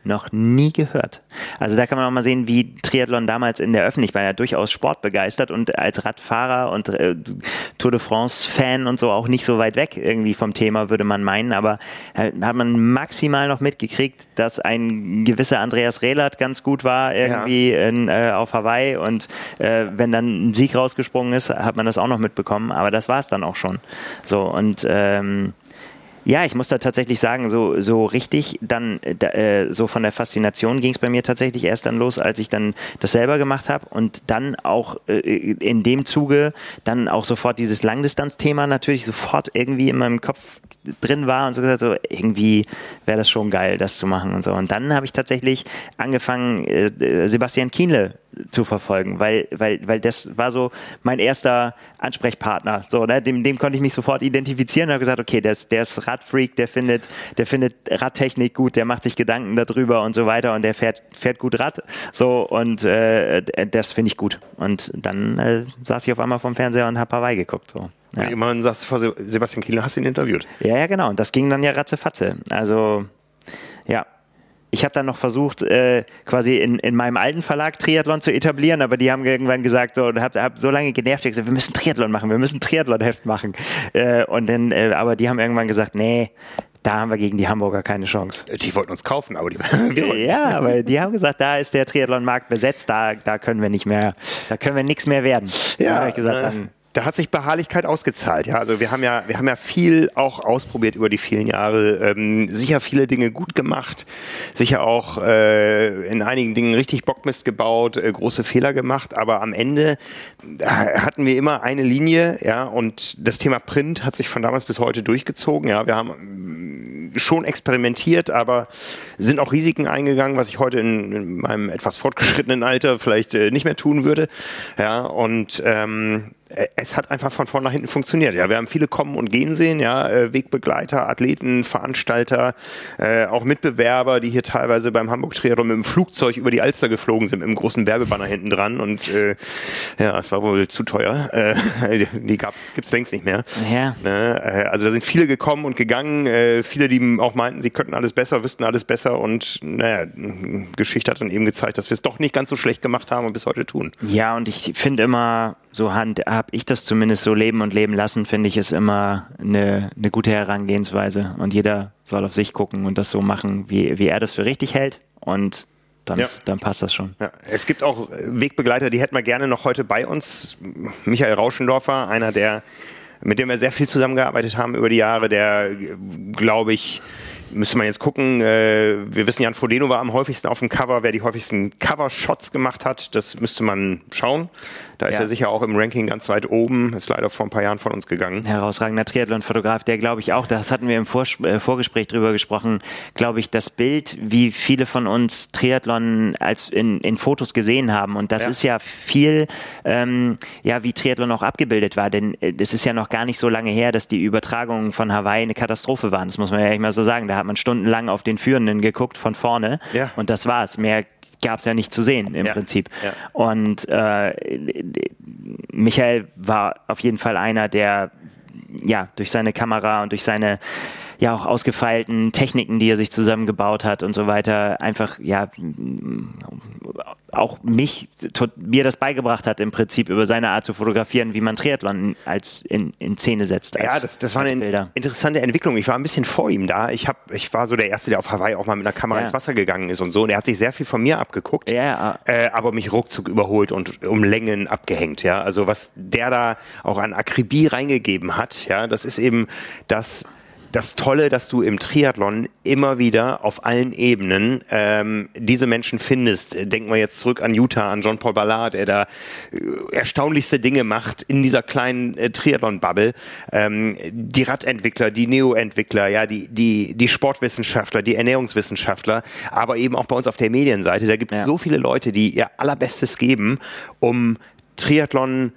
Speaker 2: noch nie gehört. Also da kann man auch mal sehen, wie Triathlon damals in der Öffentlichkeit war, ja durchaus sportbegeistert und als Radfahrer und äh, Tour de France-Fan und so auch nicht so weit weg irgendwie vom Thema, würde man meinen, aber äh, hat man maximal noch mitgekriegt, dass ein gewisser Andreas Rehlert ganz gut war irgendwie ja. in, äh, auf Hawaii und äh, wenn dann ein Sieg rausgesprungen ist, hat man das auch noch mitbekommen, aber das war es dann auch schon. So und ähm, ja, ich muss da tatsächlich sagen, so, so richtig, dann äh, so von der Faszination ging es bei mir tatsächlich erst dann los, als ich dann das selber gemacht habe und dann auch äh, in dem Zuge dann auch sofort dieses Langdistanzthema natürlich sofort irgendwie in meinem Kopf drin war und so gesagt, so irgendwie wäre das schon geil, das zu machen und so. Und dann habe ich tatsächlich angefangen, äh, Sebastian Kienle zu verfolgen, weil, weil, weil das war so mein erster Ansprechpartner. So, ne? dem, dem konnte ich mich sofort identifizieren und habe gesagt, okay, der ist, der ist Radfreak, der findet, der findet Radtechnik gut, der macht sich Gedanken darüber und so weiter und der fährt, fährt gut Rad. So, und äh, das finde ich gut. Und dann äh, saß ich auf einmal vorm Fernseher und habe Hawaii geguckt. So. Ja.
Speaker 1: Immerhin sagst du vor Sebastian Kienle, hast du ihn interviewt.
Speaker 2: Ja, ja, genau. Und das ging dann ja ratzefatze. Also, ja. Ich habe dann noch versucht, äh, quasi in, in meinem alten Verlag Triathlon zu etablieren, aber die haben irgendwann gesagt, so, und habe hab so lange genervt, ich gesagt, wir müssen Triathlon machen, wir müssen Triathlon-Heft machen. Äh, und dann, äh, aber die haben irgendwann gesagt, nee, da haben wir gegen die Hamburger keine Chance.
Speaker 1: Die wollten uns kaufen, aber die
Speaker 2: ja, aber die haben gesagt, da ist der Triathlon-Markt besetzt, da, da können wir nicht mehr, da können wir nichts mehr werden.
Speaker 1: Ja,
Speaker 2: da habe ich gesagt, dann
Speaker 1: da hat sich Beharrlichkeit ausgezahlt, ja. Also wir haben ja, wir haben ja viel auch ausprobiert über die vielen Jahre, ähm, sicher viele Dinge gut gemacht, sicher auch äh, in einigen Dingen richtig Bockmist gebaut, äh, große Fehler gemacht, aber am Ende äh, hatten wir immer eine Linie, ja, und das Thema Print hat sich von damals bis heute durchgezogen, ja. Wir haben schon experimentiert, aber sind auch Risiken eingegangen, was ich heute in, in meinem etwas fortgeschrittenen Alter vielleicht äh, nicht mehr tun würde, ja, und ähm, es hat einfach von vorn nach hinten funktioniert. Ja, wir haben viele kommen und gehen sehen, ja, Wegbegleiter, Athleten, Veranstalter, äh, auch Mitbewerber, die hier teilweise beim Hamburg Triathlon mit dem Flugzeug über die Alster geflogen sind, mit einem großen Werbebanner hinten dran und äh, ja, es war wohl zu teuer. Äh, die gab's, gibt's längst nicht mehr.
Speaker 2: Ja.
Speaker 1: Ne? Also da sind viele gekommen und gegangen, äh, viele, die auch meinten, sie könnten alles besser, wüssten alles besser und naja, Geschichte hat dann eben gezeigt, dass wir es doch nicht ganz so schlecht gemacht haben und bis heute tun.
Speaker 2: Ja, und ich finde immer, so habe ich das zumindest so leben und leben lassen, finde ich, ist immer eine, eine gute Herangehensweise. Und jeder soll auf sich gucken und das so machen, wie, wie er das für richtig hält. Und dann, ja. dann passt das schon.
Speaker 1: Ja. Es gibt auch Wegbegleiter, die hätten wir gerne noch heute bei uns. Michael Rauschendorfer, einer der, mit dem wir sehr viel zusammengearbeitet haben über die Jahre, der, glaube ich, müsste man jetzt gucken, äh, wir wissen, Jan Frodeno war am häufigsten auf dem Cover, wer die häufigsten Cover-Shots gemacht hat, das müsste man schauen. Da ist
Speaker 2: ja.
Speaker 1: er sicher auch im Ranking ganz weit oben, ist leider vor ein paar Jahren von uns gegangen.
Speaker 2: Herausragender Triathlon-Fotograf, der glaube ich auch, das hatten wir im Vor äh, Vorgespräch drüber gesprochen, glaube ich, das Bild, wie viele von uns Triathlon als in, in Fotos gesehen haben und das ja. ist ja viel, ähm, ja, wie Triathlon auch abgebildet war, denn es äh, ist ja noch gar nicht so lange her, dass die Übertragungen von Hawaii eine Katastrophe waren, das muss man ja echt mal so sagen, da hat man stundenlang auf den Führenden geguckt von vorne ja. und das war's, mehr gab es ja nicht zu sehen im ja. Prinzip. Ja. Und äh, Michael war auf jeden Fall einer, der ja durch seine Kamera und durch seine ja auch ausgefeilten Techniken, die er sich zusammengebaut hat und so weiter, einfach ja auch mich, mir das beigebracht hat im Prinzip über seine Art zu fotografieren, wie man Triathlon als in, in Szene setzt. Als,
Speaker 1: ja, das, das war eine Bilder. interessante Entwicklung. Ich war ein bisschen vor ihm da. Ich, hab, ich war so der Erste, der auf Hawaii auch mal mit einer Kamera ja. ins Wasser gegangen ist und so. Und er hat sich sehr viel von mir abgeguckt,
Speaker 2: ja.
Speaker 1: äh, aber mich ruckzuck überholt und um Längen abgehängt. Ja, also was der da auch an Akribie reingegeben hat, ja, das ist eben das Das Tolle, dass du im Triathlon immer wieder auf allen Ebenen ähm, diese Menschen findest. Denken wir jetzt zurück an Utah, an Jean-Paul Ballard, der da äh, erstaunlichste Dinge macht in dieser kleinen äh, Triathlon-Bubble. Ähm, die Radentwickler, die Neo-Entwickler, ja, die, die, die Sportwissenschaftler, die Ernährungswissenschaftler, aber eben auch bei uns auf der Medienseite. Da gibt es ja. so viele Leute, die ihr Allerbestes geben, um Triathlon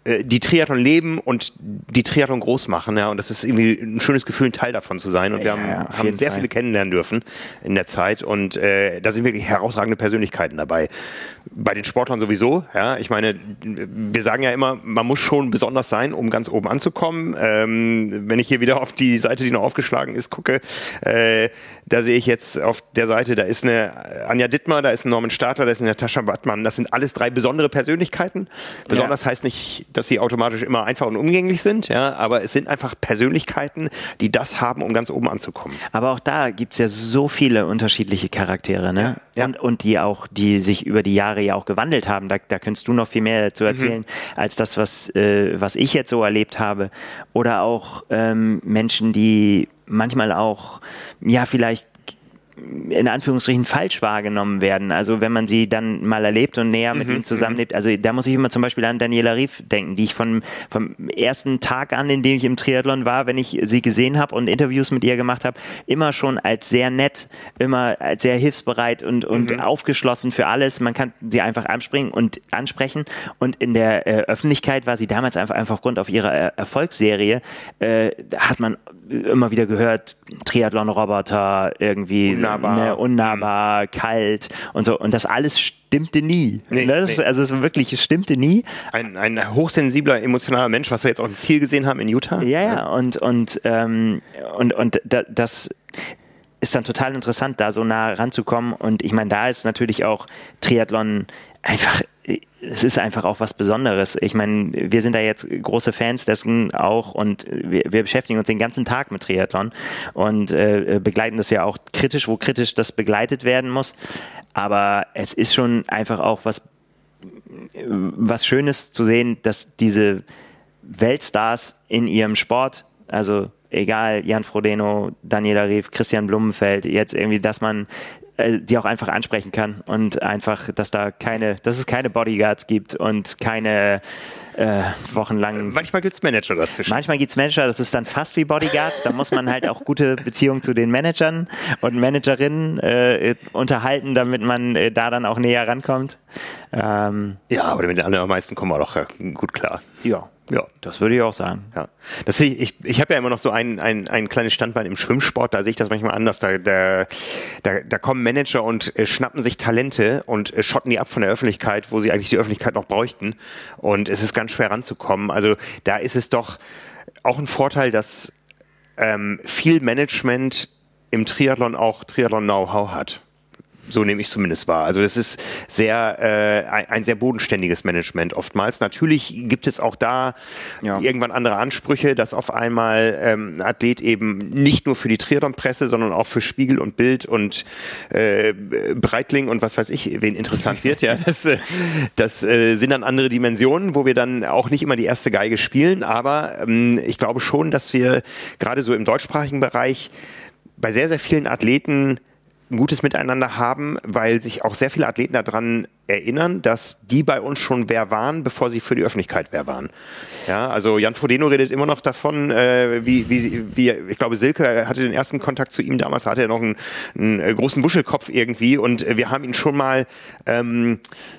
Speaker 1: die Triathlon leben und die Triathlon groß machen, ja, und das ist irgendwie ein schönes Gefühl, ein Teil davon zu sein, und wir
Speaker 2: ja,
Speaker 1: haben,
Speaker 2: ja,
Speaker 1: haben sehr
Speaker 2: Fall.
Speaker 1: viele kennenlernen dürfen in der Zeit, und äh, da sind wirklich herausragende Persönlichkeiten dabei. Bei den Sportlern sowieso, ja, ich meine, wir sagen ja immer, man muss schon besonders sein, um ganz oben anzukommen. Ähm, wenn ich hier wieder auf die Seite, die noch aufgeschlagen ist, gucke, äh, da sehe ich jetzt auf der Seite, da ist eine Anja Dittmar, da ist ein Norman Stadler, da ist eine Natascha Wattmann, das sind alles drei besondere Persönlichkeiten. Besonders ja. heißt nicht, dass sie automatisch immer einfach und umgänglich sind, ja, aber es sind einfach Persönlichkeiten, die das haben, um ganz oben anzukommen.
Speaker 2: Aber auch da gibt es ja so viele unterschiedliche Charaktere, ne?
Speaker 1: Ja, ja.
Speaker 2: Und, und die auch, die sich über die Jahre ja auch gewandelt haben. Da, da könntest du noch viel mehr zu erzählen, mhm. als das, was, äh, was ich jetzt so erlebt habe. Oder auch ähm, Menschen, die manchmal auch, ja, vielleicht in Anführungsstrichen falsch wahrgenommen werden. Also wenn man sie dann mal erlebt und näher mit mhm, ihnen zusammenlebt. Also da muss ich immer zum Beispiel an Daniela Ryf denken, die ich von, vom ersten Tag an, in dem ich im Triathlon war, wenn ich sie gesehen habe und Interviews mit ihr gemacht habe, immer schon als sehr nett, immer als sehr hilfsbereit und, und mhm. aufgeschlossen für alles. Man kann sie einfach anspringen und ansprechen. Und in der äh, Öffentlichkeit war sie damals einfach, einfach aufgrund auf ihrer äh, Erfolgsserie, äh, hat man immer wieder gehört, Triathlon-Roboter, irgendwie
Speaker 1: unnahbar,
Speaker 2: ne, unnahbar mhm. kalt und so. Und das alles stimmte nie.
Speaker 1: Nee,
Speaker 2: ne?
Speaker 1: nee.
Speaker 2: Also es wirklich, es stimmte nie.
Speaker 1: Ein, ein hochsensibler, emotionaler Mensch, was wir jetzt auch im Ziel gesehen haben in Utah.
Speaker 2: Ja, ja, und, und, ähm, und, und da, das ist dann total interessant, da so nah ranzukommen. Und ich meine, da ist natürlich auch Triathlon einfach, es ist einfach auch was Besonderes. Ich meine, wir sind da jetzt große Fans dessen auch, und wir, wir beschäftigen uns den ganzen Tag mit Triathlon und äh, begleiten das ja auch kritisch, wo kritisch das begleitet werden muss. Aber es ist schon einfach auch was, was Schönes zu sehen, dass diese Weltstars in ihrem Sport, also egal, Jan Frodeno, Daniela Ryf, Christian Blumenfeld, jetzt irgendwie, dass man die auch einfach ansprechen kann und einfach, dass da keine, dass es keine Bodyguards gibt und keine äh, wochenlangen...
Speaker 1: Manchmal gibt es Manager dazwischen.
Speaker 2: Manchmal gibt es Manager, das ist dann fast wie Bodyguards, da muss man halt auch gute Beziehungen zu den Managern und Managerinnen äh, unterhalten, damit man äh, da dann auch näher rankommt. Ähm,
Speaker 1: ja, aber mit den allermeisten kommen wir doch gut klar.
Speaker 2: Ja.
Speaker 1: Ja,
Speaker 2: das würde ich auch sagen.
Speaker 1: Ja, das sehe ich, ich, ich habe ja immer noch so ein, ein, ein kleines Standbein im Schwimmsport, da sehe ich das manchmal anders. Da, da, da, da kommen Manager und äh, schnappen sich Talente und äh, schotten die ab von der Öffentlichkeit, wo sie eigentlich die Öffentlichkeit noch bräuchten. Und es ist ganz schwer ranzukommen. Also da ist es doch auch ein Vorteil, dass ähm, viel Management im Triathlon auch Triathlon-Know-how hat. So nehme ich es zumindest wahr. Also das ist sehr äh, ein, ein sehr bodenständiges Management oftmals. Natürlich gibt es auch da ja. irgendwann andere Ansprüche, dass auf einmal ähm, ein Athlet eben nicht nur für die Triathlon-Presse, sondern auch für Spiegel und Bild und äh, Breitling und was weiß ich, wen interessant wird. Ja, das, äh, das äh, sind dann andere Dimensionen, wo wir dann auch nicht immer die erste Geige spielen. Aber ähm, ich glaube schon, dass wir gerade so im deutschsprachigen Bereich bei sehr, sehr vielen Athleten ein gutes Miteinander haben, weil sich auch sehr viele Athleten daran erinnern, dass die bei uns schon wer waren, bevor sie für die Öffentlichkeit wer waren. Ja, also Jan Frodeno redet immer noch davon, äh, wie, wie, wie, ich glaube, Silke hatte den ersten Kontakt zu ihm damals, da hatte er noch einen, einen großen Wuschelkopf irgendwie, und wir haben ihn schon mal ähm,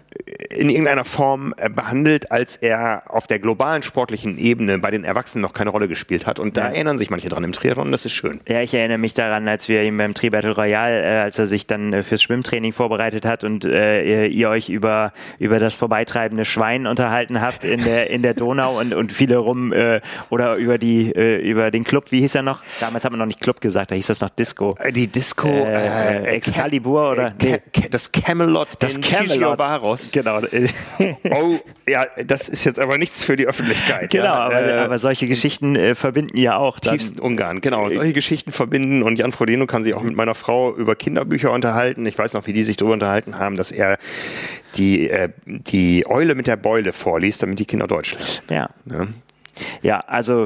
Speaker 1: in irgendeiner Form behandelt, als er auf der globalen sportlichen Ebene bei den Erwachsenen noch keine Rolle gespielt hat. Und da ja. erinnern sich manche dran im Triathlon, das ist schön.
Speaker 2: Ja, ich erinnere mich daran, als wir ihn beim Tri-Battle Royale, äh, als er sich dann äh, fürs Schwimmtraining vorbereitet hat und äh, ihr, ihr euch über, über das vorbeitreibende Schwein unterhalten habt in der, in der Donau und, und viele rum, äh, oder über die, äh, über den Club, wie hieß er noch? Damals hat man noch nicht Club gesagt, da hieß das noch Disco.
Speaker 1: Die Disco,
Speaker 2: äh, äh, Excalibur oder?
Speaker 1: Nee. Das Camelot
Speaker 2: das
Speaker 1: in
Speaker 2: Camelot.
Speaker 1: Genau. Oh, ja, das ist jetzt aber nichts für die Öffentlichkeit.
Speaker 2: Genau,
Speaker 1: ja.
Speaker 2: aber, äh, aber solche Geschichten äh, verbinden ja auch.
Speaker 1: Tiefsten Ungarn, genau. Solche Geschichten verbinden, und Jan Frodeno kann sich auch mit meiner Frau über Kinderbücher unterhalten. Ich weiß noch, wie die sich darüber unterhalten haben, dass er die, äh, die Eule mit der Beule vorliest, damit die Kinder Deutsch lernen.
Speaker 2: Ja.
Speaker 1: Ja,
Speaker 2: ja also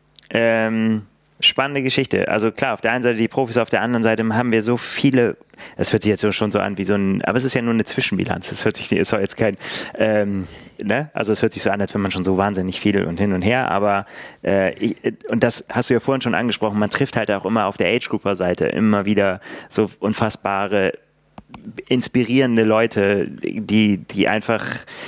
Speaker 2: ähm, spannende Geschichte. Also klar, auf der einen Seite die Profis, auf der anderen Seite haben wir so viele, das hört sich jetzt schon so an wie so ein, aber es ist ja nur eine Zwischenbilanz. Es hört sich, ist doch jetzt kein, ähm, ne? Also es hört sich so an, als wenn man schon so wahnsinnig viel und hin und her, aber äh, ich, und das hast du ja vorhin schon angesprochen, man trifft halt auch immer auf der Age-Grouper-Seite immer wieder so unfassbare, inspirierende Leute, die, die einfach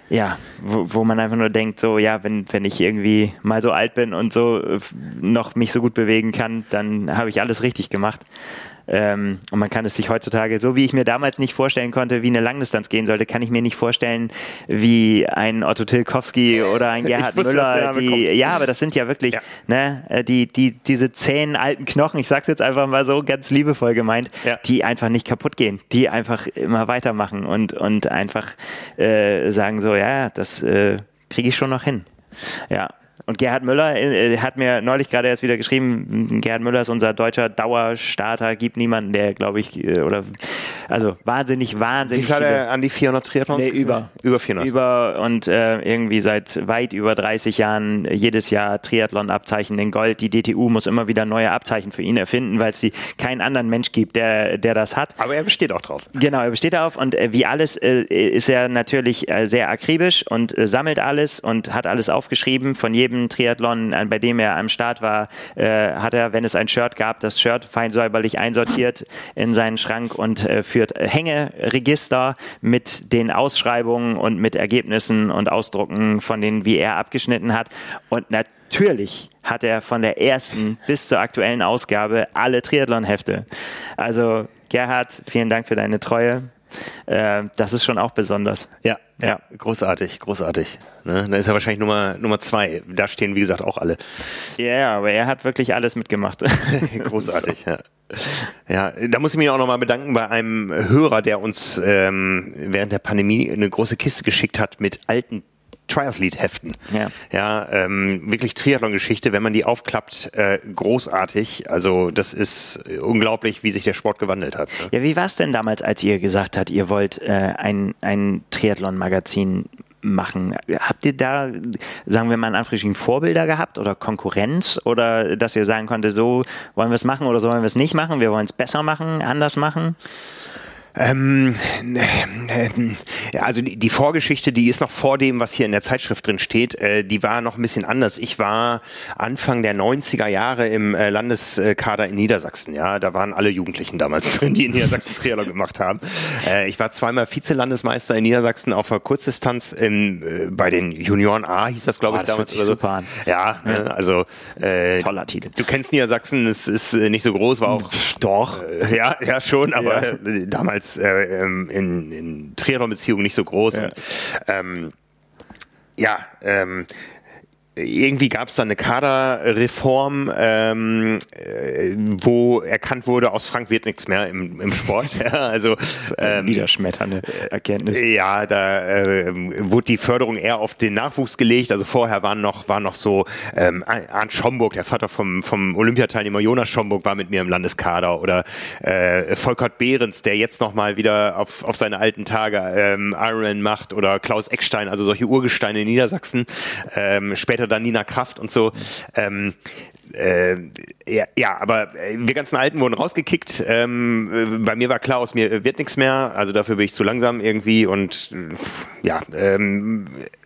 Speaker 2: ja, wo, wo man einfach nur denkt, so, ja, wenn, wenn ich irgendwie mal so alt bin und so äh, noch mich so gut bewegen kann, dann habe ich alles richtig gemacht. Ähm, und man kann es sich heutzutage, so wie ich mir damals nicht vorstellen konnte, wie eine Langdistanz gehen sollte, kann ich mir nicht vorstellen, wie ein Otto Tilkowski oder ein Gerhard
Speaker 1: wusste,
Speaker 2: Müller, die, ja, aber das sind ja wirklich, ja. Ne, die, die, diese zehn alten Knochen, ich sag's jetzt einfach mal so ganz liebevoll gemeint, ja. die einfach nicht kaputt gehen, die einfach immer weitermachen und, und einfach äh, sagen so, ja, das äh, kriege ich schon noch hin. Ja. Und Gerhard Müller äh, hat mir neulich gerade erst wieder geschrieben, Gerhard Müller ist unser deutscher Dauerstarter, gibt niemanden, der, glaube ich, äh, oder also wahnsinnig, wahnsinnig.
Speaker 1: Wie viel hat er an die vierhundert Triathlons?
Speaker 2: Nee, über.
Speaker 1: Über vierhundert.
Speaker 2: Über und äh, irgendwie seit weit über dreißig Jahren jedes Jahr Triathlon-Abzeichen in Gold. Die D T U muss immer wieder neue Abzeichen für ihn erfinden, weil es keinen anderen Mensch gibt, der, der das hat.
Speaker 1: Aber er besteht auch drauf.
Speaker 2: Genau, er besteht darauf und äh, wie alles äh, ist er natürlich äh, sehr akribisch und äh, sammelt alles und hat alles aufgeschrieben von jedem Triathlon, bei dem er am Start war, äh, hat er, wenn es ein Shirt gab, das Shirt fein säuberlich einsortiert in seinen Schrank und äh, führt Hängeregister mit den Ausschreibungen und mit Ergebnissen und Ausdrucken von denen, wie er abgeschnitten hat. Und natürlich hat er von der ersten bis zur aktuellen Ausgabe alle Triathlon-Hefte. Also Gerhard, vielen Dank für deine Treue. Äh, das ist schon auch besonders.
Speaker 1: Ja, ja, großartig, großartig. Ne? Da ist er wahrscheinlich Nummer, Nummer zwei. Da stehen, wie gesagt, auch alle.
Speaker 2: Ja, aber er hat wirklich alles mitgemacht.
Speaker 1: Großartig, so. ja. Ja, da muss ich mich auch nochmal bedanken bei einem Hörer, der uns ähm, während der Pandemie eine große Kiste geschickt hat mit alten Triathlete-Heften. Ja, ja ähm, wirklich Triathlon-Geschichte, wenn man die aufklappt, äh, großartig. Also das ist unglaublich, wie sich der Sport gewandelt hat. Ne?
Speaker 2: Ja, wie war es denn damals, als ihr gesagt habt, ihr wollt äh, ein, ein Triathlon-Magazin machen? Habt ihr da, sagen wir mal in Anführungsstrichen, Vorbilder gehabt oder Konkurrenz oder dass ihr sagen konntet, so wollen wir es machen oder so wollen wir es nicht machen, wir wollen es besser machen, anders machen?
Speaker 1: Ähm, äh, also die, die Vorgeschichte, die ist noch vor dem, was hier in der Zeitschrift drin steht, äh, die war noch ein bisschen anders. Ich war Anfang der neunziger Jahre im äh, Landeskader in Niedersachsen, ja, da waren alle Jugendlichen damals drin, die in Niedersachsen Triathlon gemacht haben. Äh, ich war zweimal Vize-Landesmeister in Niedersachsen auf der Kurzdistanz im, äh, bei den Junioren A, hieß das, glaube ich,
Speaker 2: das damals. Hört sich
Speaker 1: oder so.
Speaker 2: Super an.
Speaker 1: Ja, ja. Ne, also äh,
Speaker 2: toller Titel.
Speaker 1: Du kennst Niedersachsen, es ist äh, nicht so groß, war auch
Speaker 2: doch,
Speaker 1: äh, ja, ja schon, aber
Speaker 2: ja.
Speaker 1: äh, damals Äh, in, in Triathlon-Beziehungen nicht so groß. Ja, und, ähm, ja ähm, irgendwie gab es da eine Kaderreform, ähm, äh, wo erkannt wurde, aus Frank wird nichts mehr im, im Sport. Ja, also
Speaker 2: ähm, niederschmetternde Erkenntnis.
Speaker 1: Ja, da äh, wurde die Förderung eher auf den Nachwuchs gelegt. Also vorher waren noch, waren noch so ähm, Arndt Schomburg, der Vater vom, vom Olympiateilnehmer Jonas Schomburg, war mit mir im Landeskader. Oder äh, Volkert Behrens, der jetzt nochmal wieder auf, auf seine alten Tage ähm, Ironman macht. Oder Klaus Eckstein, also solche Urgesteine in Niedersachsen. Ähm, später dann Nina Kraft und so. Ähm, äh, ja, ja, aber wir ganzen Alten wurden rausgekickt. Ähm, bei mir war klar, aus mir wird nichts mehr. Also dafür bin ich zu langsam irgendwie. Und ja, ähm,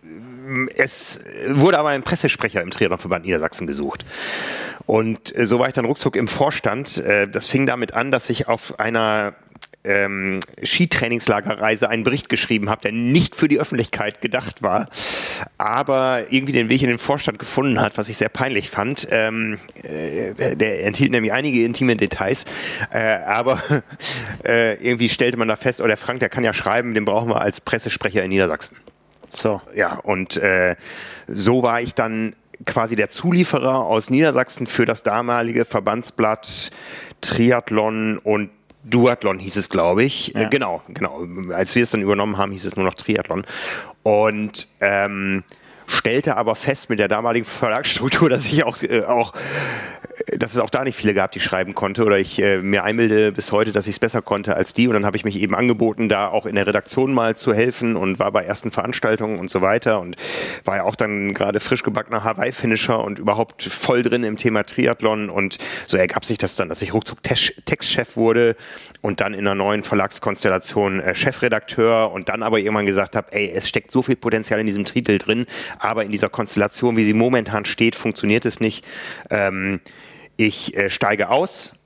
Speaker 1: es wurde aber ein Pressesprecher im Triathlonverband Niedersachsen gesucht. Und so war ich dann ruckzuck im Vorstand. Das fing damit an, dass ich auf einer Ähm, Skitrainingslagerreise einen Bericht geschrieben habe, der nicht für die Öffentlichkeit gedacht war, aber irgendwie den Weg in den Vorstand gefunden hat, was ich sehr peinlich fand. Ähm, äh, der enthielt nämlich einige intime Details, äh, aber äh, irgendwie stellte man da fest, oh, der Frank, der kann ja schreiben, den brauchen wir als Pressesprecher in Niedersachsen.
Speaker 2: So.
Speaker 1: Ja, und äh, so war ich dann quasi der Zulieferer aus Niedersachsen für das damalige Verbandsblatt Triathlon und Duathlon hieß es, glaube ich.
Speaker 2: Ja.
Speaker 1: Äh, genau, genau. Als wir es dann übernommen haben, hieß es nur noch Triathlon. Und ähm, stellte aber fest mit der damaligen Verlagsstruktur, dass ich auch, äh, auch dass es auch da nicht viele gab, die schreiben konnte, oder ich äh, mir einbilde bis heute, dass ich es besser konnte als die, und dann habe ich mich eben angeboten, da auch in der Redaktion mal zu helfen und war bei ersten Veranstaltungen und so weiter und war ja auch dann gerade frisch gebackener Hawaii-Finisher und überhaupt voll drin im Thema Triathlon, und so ergab sich das dann, dass ich ruckzuck Textchef wurde und dann in einer neuen Verlagskonstellation äh, Chefredakteur und dann aber irgendwann gesagt habe, ey, es steckt so viel Potenzial in diesem Titel drin, aber in dieser Konstellation, wie sie momentan steht, funktioniert es nicht. Ähm, Ich äh, steige aus,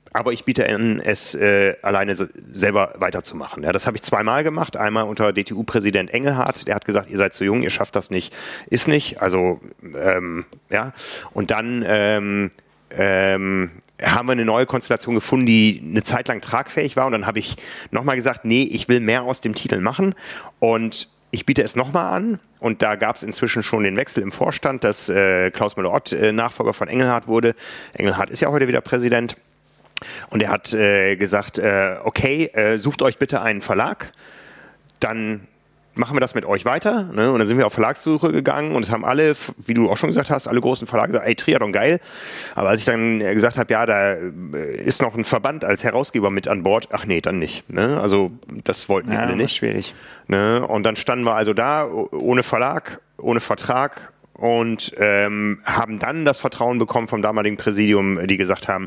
Speaker 1: aber ich biete an, es äh, alleine se- selber weiterzumachen. Ja, das habe ich zweimal gemacht. Einmal unter D T U-Präsident Engelhardt, der hat gesagt, ihr seid zu jung, ihr schafft das nicht, ist nicht. Also, ähm, ja. Und dann ähm, ähm, haben wir eine neue Konstellation gefunden, die eine Zeit lang tragfähig war. Und dann habe ich nochmal gesagt, nee, ich will mehr aus dem Titel machen. Und ich biete es nochmal an. Und da gab es inzwischen schon den Wechsel im Vorstand, dass äh, Klaus Müller-Ott äh, Nachfolger von Engelhardt wurde. Engelhardt ist ja heute wieder Präsident. Und er hat äh, gesagt, äh, okay, äh, sucht euch bitte einen Verlag, dann machen wir das mit euch weiter. Ne? Und dann sind wir auf Verlagssuche gegangen und es haben alle, wie du auch schon gesagt hast, alle großen Verlage gesagt, ey, Triathlon geil. Aber als ich dann gesagt habe, ja, da ist noch ein Verband als Herausgeber mit an Bord, ach nee, dann nicht. Ne? Also das wollten die
Speaker 2: Ja,
Speaker 1: alle nicht.
Speaker 2: schwierig.
Speaker 1: Ne? Und dann standen wir also da, ohne Verlag, ohne Vertrag, und ähm, haben dann das Vertrauen bekommen vom damaligen Präsidium, die gesagt haben,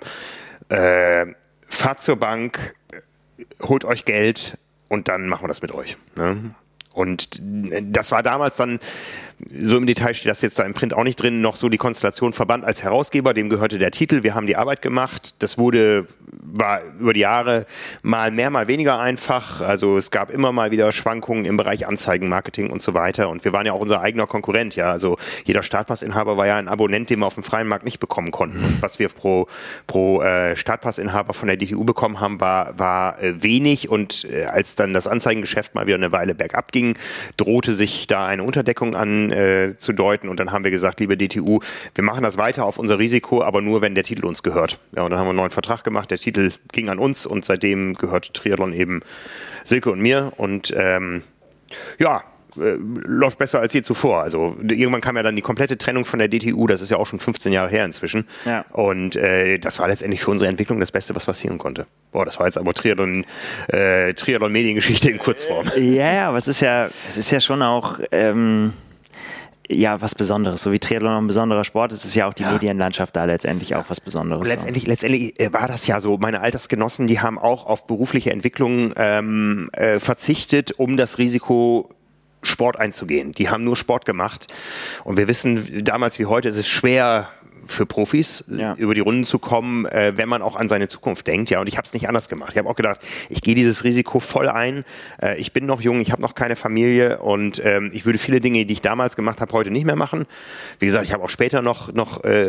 Speaker 1: äh, fahrt zur Bank, holt euch Geld und dann machen wir das mit euch. Ne? Und das war damals dann, so im Detail steht das jetzt da im Print auch nicht drin, noch so die Konstellation Verband als Herausgeber, dem gehörte der Titel, wir haben die Arbeit gemacht. Das wurde, war über die Jahre mal mehr, mal weniger einfach. Also es gab immer mal wieder Schwankungen im Bereich Anzeigen, Marketing und so weiter. Und wir waren ja auch unser eigener Konkurrent, ja. Also jeder Startpassinhaber war ja ein Abonnent, den wir auf dem freien Markt nicht bekommen konnten. Und was wir pro, pro äh, Startpassinhaber von der D T U bekommen haben, war, war äh, wenig. Und äh, als dann das Anzeigengeschäft mal wieder eine Weile bergab ging, drohte sich da eine Unterdeckung an äh, zu deuten. Und dann haben wir gesagt, liebe D T U, wir machen das weiter auf unser Risiko, aber nur, wenn der Titel uns gehört. Ja, und dann haben wir einen neuen Vertrag gemacht. Der Titel ging an uns und seitdem gehört Triathlon eben Silke und mir. Und ähm, ja, äh, läuft besser als je zuvor. Also irgendwann kam ja dann die komplette Trennung von der D T U. Das ist ja auch schon fünfzehn Jahre her inzwischen.
Speaker 2: Ja.
Speaker 1: Und äh, das war letztendlich für unsere Entwicklung das Beste, was passieren konnte. Boah, das war jetzt aber Triathlon, äh, Triathlon-Mediengeschichte in Kurzform.
Speaker 2: Ja, ja, aber es ist ja, es ist ja schon auch ähm, ja, was Besonderes. So wie Triathlon ein besonderer Sport ist, ist ja auch die
Speaker 1: Ja.
Speaker 2: Medienlandschaft da letztendlich auch was Besonderes.
Speaker 1: Letztendlich, letztendlich äh, war das ja so. Meine Altersgenossen, die haben auch auf berufliche Entwicklung ähm, äh, verzichtet, um das Risiko Sport einzugehen. Die haben nur Sport gemacht. Und wir wissen, damals wie heute ist es schwer für Profis,
Speaker 2: Ja.
Speaker 1: über die Runden zu kommen, äh, wenn man auch an seine Zukunft denkt. Ja, und ich habe es nicht anders gemacht. Ich habe auch gedacht, ich gehe dieses Risiko voll ein. Äh, ich bin noch jung, ich habe noch keine Familie und ähm, ich würde viele Dinge, die ich damals gemacht habe, heute nicht mehr machen. Wie gesagt, ich habe auch später noch, noch äh,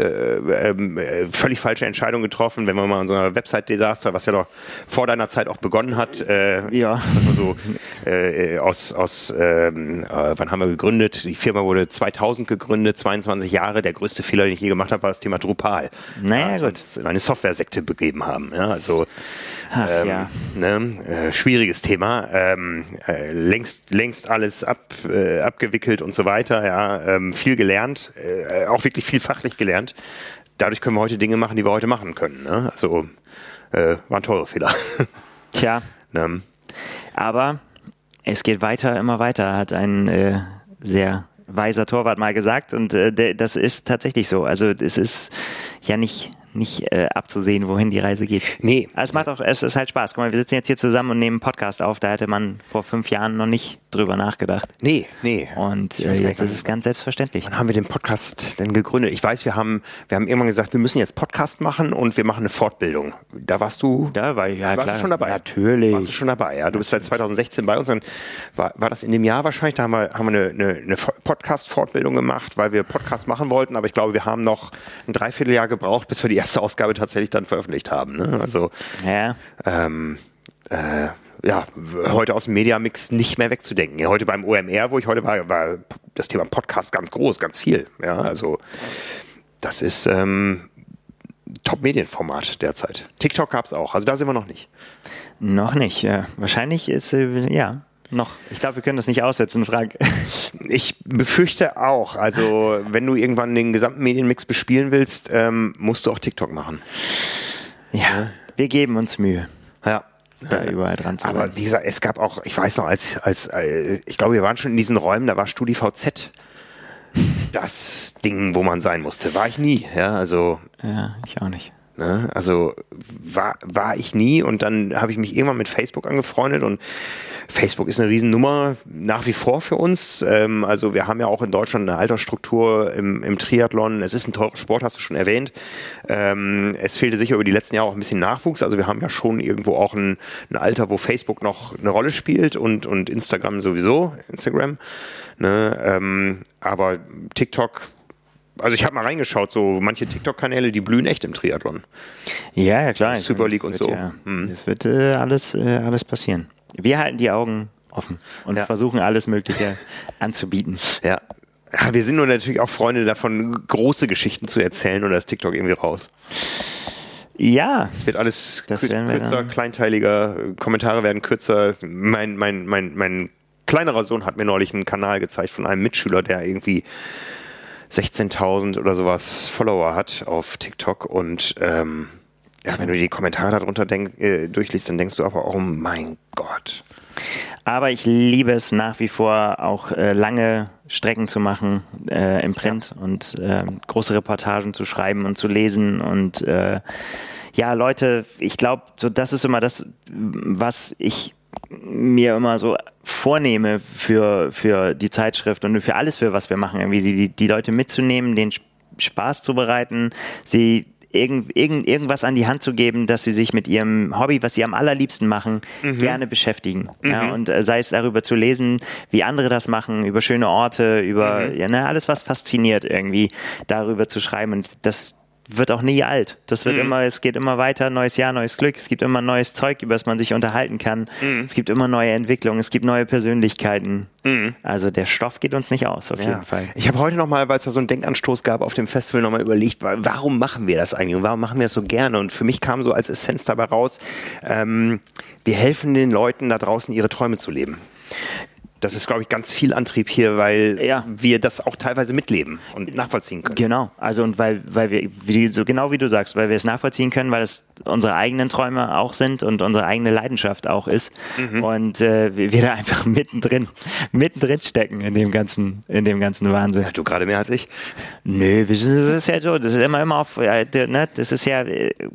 Speaker 1: äh, völlig falsche Entscheidungen getroffen, wenn man mal an so einer Website-Desaster, was ja noch vor deiner Zeit auch begonnen hat, äh,
Speaker 2: Ja.
Speaker 1: so äh, aus, aus ähm, äh, wann haben wir gegründet? Die Firma wurde zweitausend gegründet, zweiundzwanzig Jahre. Der größte Fehler, den ich je gemacht habe, war das Thema Drupal.
Speaker 2: Naja,
Speaker 1: also
Speaker 2: gut.
Speaker 1: uns in eine Software-Sekte begeben haben. Ja, also
Speaker 2: Ach,
Speaker 1: ähm,
Speaker 2: ja.
Speaker 1: ne, äh, schwieriges Thema. Ähm, äh, längst, längst alles ab, äh, abgewickelt und so weiter. Ja, ähm, viel gelernt, äh, auch wirklich viel fachlich gelernt. Dadurch können wir heute Dinge machen, die wir heute machen können. Ne? Also äh, war ein teurer Fehler.
Speaker 2: Tja,
Speaker 1: ne?
Speaker 2: aber es geht weiter, immer weiter, hat ein äh, sehr weiser Torwart mal gesagt und äh, der, das ist tatsächlich so. Also es ist ja nicht, nicht äh, abzusehen, wohin die Reise geht.
Speaker 1: Nee.
Speaker 2: Aber es macht auch, es ist halt Spaß. Guck mal, wir sitzen jetzt hier zusammen und nehmen einen Podcast auf, da hätte man vor fünf Jahren noch nicht drüber nachgedacht.
Speaker 1: Nee, nee.
Speaker 2: Und
Speaker 1: Ich
Speaker 2: äh,
Speaker 1: weiß gar
Speaker 2: jetzt
Speaker 1: nicht,
Speaker 2: ist es ganz selbstverständlich.
Speaker 1: Wann haben wir den Podcast denn gegründet? Ich weiß, wir haben, wir haben irgendwann gesagt, wir müssen jetzt Podcast machen und wir machen eine Fortbildung. Da warst du,
Speaker 2: Da war ich, ja,
Speaker 1: warst
Speaker 2: klar.
Speaker 1: du schon dabei?
Speaker 2: Natürlich.
Speaker 1: Warst du schon dabei, ja. Du bist seit zweitausendsechzehn bei uns. Dann war, war das in dem Jahr wahrscheinlich, da haben wir, haben wir eine, eine, eine Podcast-Fortbildung gemacht, weil wir Podcast machen wollten. Aber ich glaube, wir haben noch ein Dreivierteljahr gebraucht, bis wir die erste Ausgabe tatsächlich dann veröffentlicht haben. Ne? Also,
Speaker 2: Ja.
Speaker 1: ähm, äh, ja, heute aus dem Mediamix nicht mehr wegzudenken. Ja, heute beim O M R, wo ich heute war, war das Thema Podcast ganz groß, ganz viel. Ja, also das ist ähm, Top-Medienformat derzeit. TikTok gab es auch, also da sind wir noch nicht.
Speaker 2: Noch nicht. Ja. Wahrscheinlich ist, äh, ja, noch. Ich glaube, wir können das nicht aussetzen, Frank.
Speaker 1: Ich befürchte auch, also wenn du irgendwann den gesamten Medienmix bespielen willst, ähm, musst du auch TikTok machen.
Speaker 2: Ja, wir geben uns Mühe,
Speaker 1: Ja.
Speaker 2: da überall dran zu sein.
Speaker 1: Aber wie gesagt, es gab auch, ich weiß noch, als, als äh, ich glaube, wir waren schon in diesen Räumen, da war StudiVZ das Ding, wo man sein musste. War ich nie, ja, also
Speaker 2: Ja, ich auch nicht.
Speaker 1: Ne? Also war, war ich nie und dann habe ich mich irgendwann mit Facebook angefreundet und Facebook ist eine Riesennummer nach wie vor für uns. Ähm, also wir haben ja auch in Deutschland eine Altersstruktur im, im Triathlon. Es ist ein teurer Sport, hast du schon erwähnt. Ähm, es fehlte sicher über die letzten Jahre auch ein bisschen Nachwuchs. Also wir haben ja schon irgendwo auch ein, ein Alter, wo Facebook noch eine Rolle spielt und, und Instagram sowieso, Instagram. Ne? Ähm, aber TikTok... Also ich habe mal reingeschaut, so manche TikTok-Kanäle, die blühen echt im Triathlon.
Speaker 2: Ja, ja klar.
Speaker 1: Super League und so.
Speaker 2: Ja,
Speaker 1: hm.
Speaker 2: Es wird äh, alles, äh, alles passieren. Wir halten die Augen offen und ja. versuchen alles Mögliche anzubieten.
Speaker 1: Ja. ja. Wir sind nur natürlich auch Freunde davon, große Geschichten zu erzählen und da ist TikTok irgendwie raus.
Speaker 2: Ja.
Speaker 1: Es wird alles
Speaker 2: das
Speaker 1: kür- kürzer, kleinteiliger, Kommentare werden kürzer. Mein, mein, mein, mein kleinerer Sohn hat mir neulich einen Kanal gezeigt von einem Mitschüler, der irgendwie sechzehntausend oder sowas Follower hat auf TikTok und ähm, ja, wenn du die Kommentare darunter denk, äh, durchliest, dann denkst du aber, oh mein Gott.
Speaker 2: Aber ich liebe es nach wie vor auch äh, lange Strecken zu machen äh, im Print ja. und äh, große Reportagen zu schreiben und zu lesen und äh, ja, Leute, ich glaube, so das ist immer das, was ich mir immer so vornehme für, für die Zeitschrift und für alles, für was wir machen, irgendwie die, die Leute mitzunehmen, den Spaß zu bereiten, sie irgend, irgend, irgendwas an die Hand zu geben, dass sie sich mit ihrem Hobby, was sie am allerliebsten machen, mhm. gerne beschäftigen. Mhm. Ja, und äh, sei es darüber zu lesen, wie andere das machen, über schöne Orte, über mhm. ja, ne, alles, was fasziniert irgendwie, darüber zu schreiben. Und das wird auch nie alt. Das wird mhm. immer, es geht immer weiter, neues Jahr, neues Glück. Es gibt immer neues Zeug, über das man sich unterhalten kann. Mhm. Es gibt immer neue Entwicklungen, es gibt neue Persönlichkeiten. Mhm. Also der Stoff geht uns nicht aus, auf ja. jeden Fall.
Speaker 1: Ich habe heute nochmal, weil es da so einen Denkanstoß gab auf dem Festival, nochmal überlegt, warum machen wir das eigentlich und warum machen wir das so gerne? Und für mich kam so als Essenz dabei raus, ähm, wir helfen den Leuten da draußen, ihre Träume zu leben. Das ist, glaube ich, ganz viel Antrieb hier, weil ja. wir das auch teilweise mitleben und nachvollziehen können.
Speaker 2: Genau, also und weil, weil wir, wie, so genau wie du sagst, weil wir es nachvollziehen können, weil es unsere eigenen Träume auch sind und unsere eigene Leidenschaft auch ist mhm. und äh, wir da einfach mittendrin, mittendrin stecken in dem ganzen, in dem ganzen Wahnsinn.
Speaker 1: Ja, du gerade mehr als ich?
Speaker 2: Nö, das ist ja so, das ist immer, immer auf, ne, das ist ja,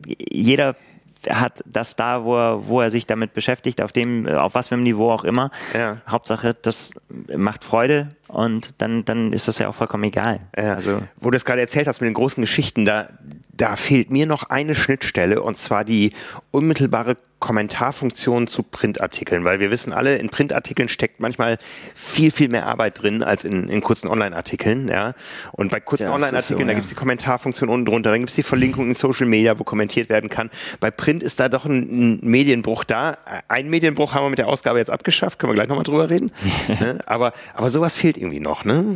Speaker 2: jeder hat das da, wo er, wo er sich damit beschäftigt, auf dem, auf was für einem Niveau auch immer. Ja. Hauptsache, das macht Freude und dann, dann ist das ja auch vollkommen egal.
Speaker 1: Ja. Also, wo du es gerade erzählt hast mit den großen Geschichten, da, da fehlt mir noch eine Schnittstelle und zwar die unmittelbare Kommentarfunktion zu Printartikeln, weil wir wissen alle, in Printartikeln steckt manchmal viel, viel mehr Arbeit drin als in, in kurzen Online-Artikeln. Ja? Und bei kurzen ja, Online-Artikeln, so, da ja. gibt es die Kommentarfunktion unten drunter, dann gibt es die Verlinkung in Social Media, wo kommentiert werden kann. Bei Print ist da doch ein, ein Medienbruch da. Ein Medienbruch haben wir mit der Ausgabe jetzt abgeschafft, können wir gleich nochmal drüber reden. ne? aber, aber sowas fehlt irgendwie noch, ne?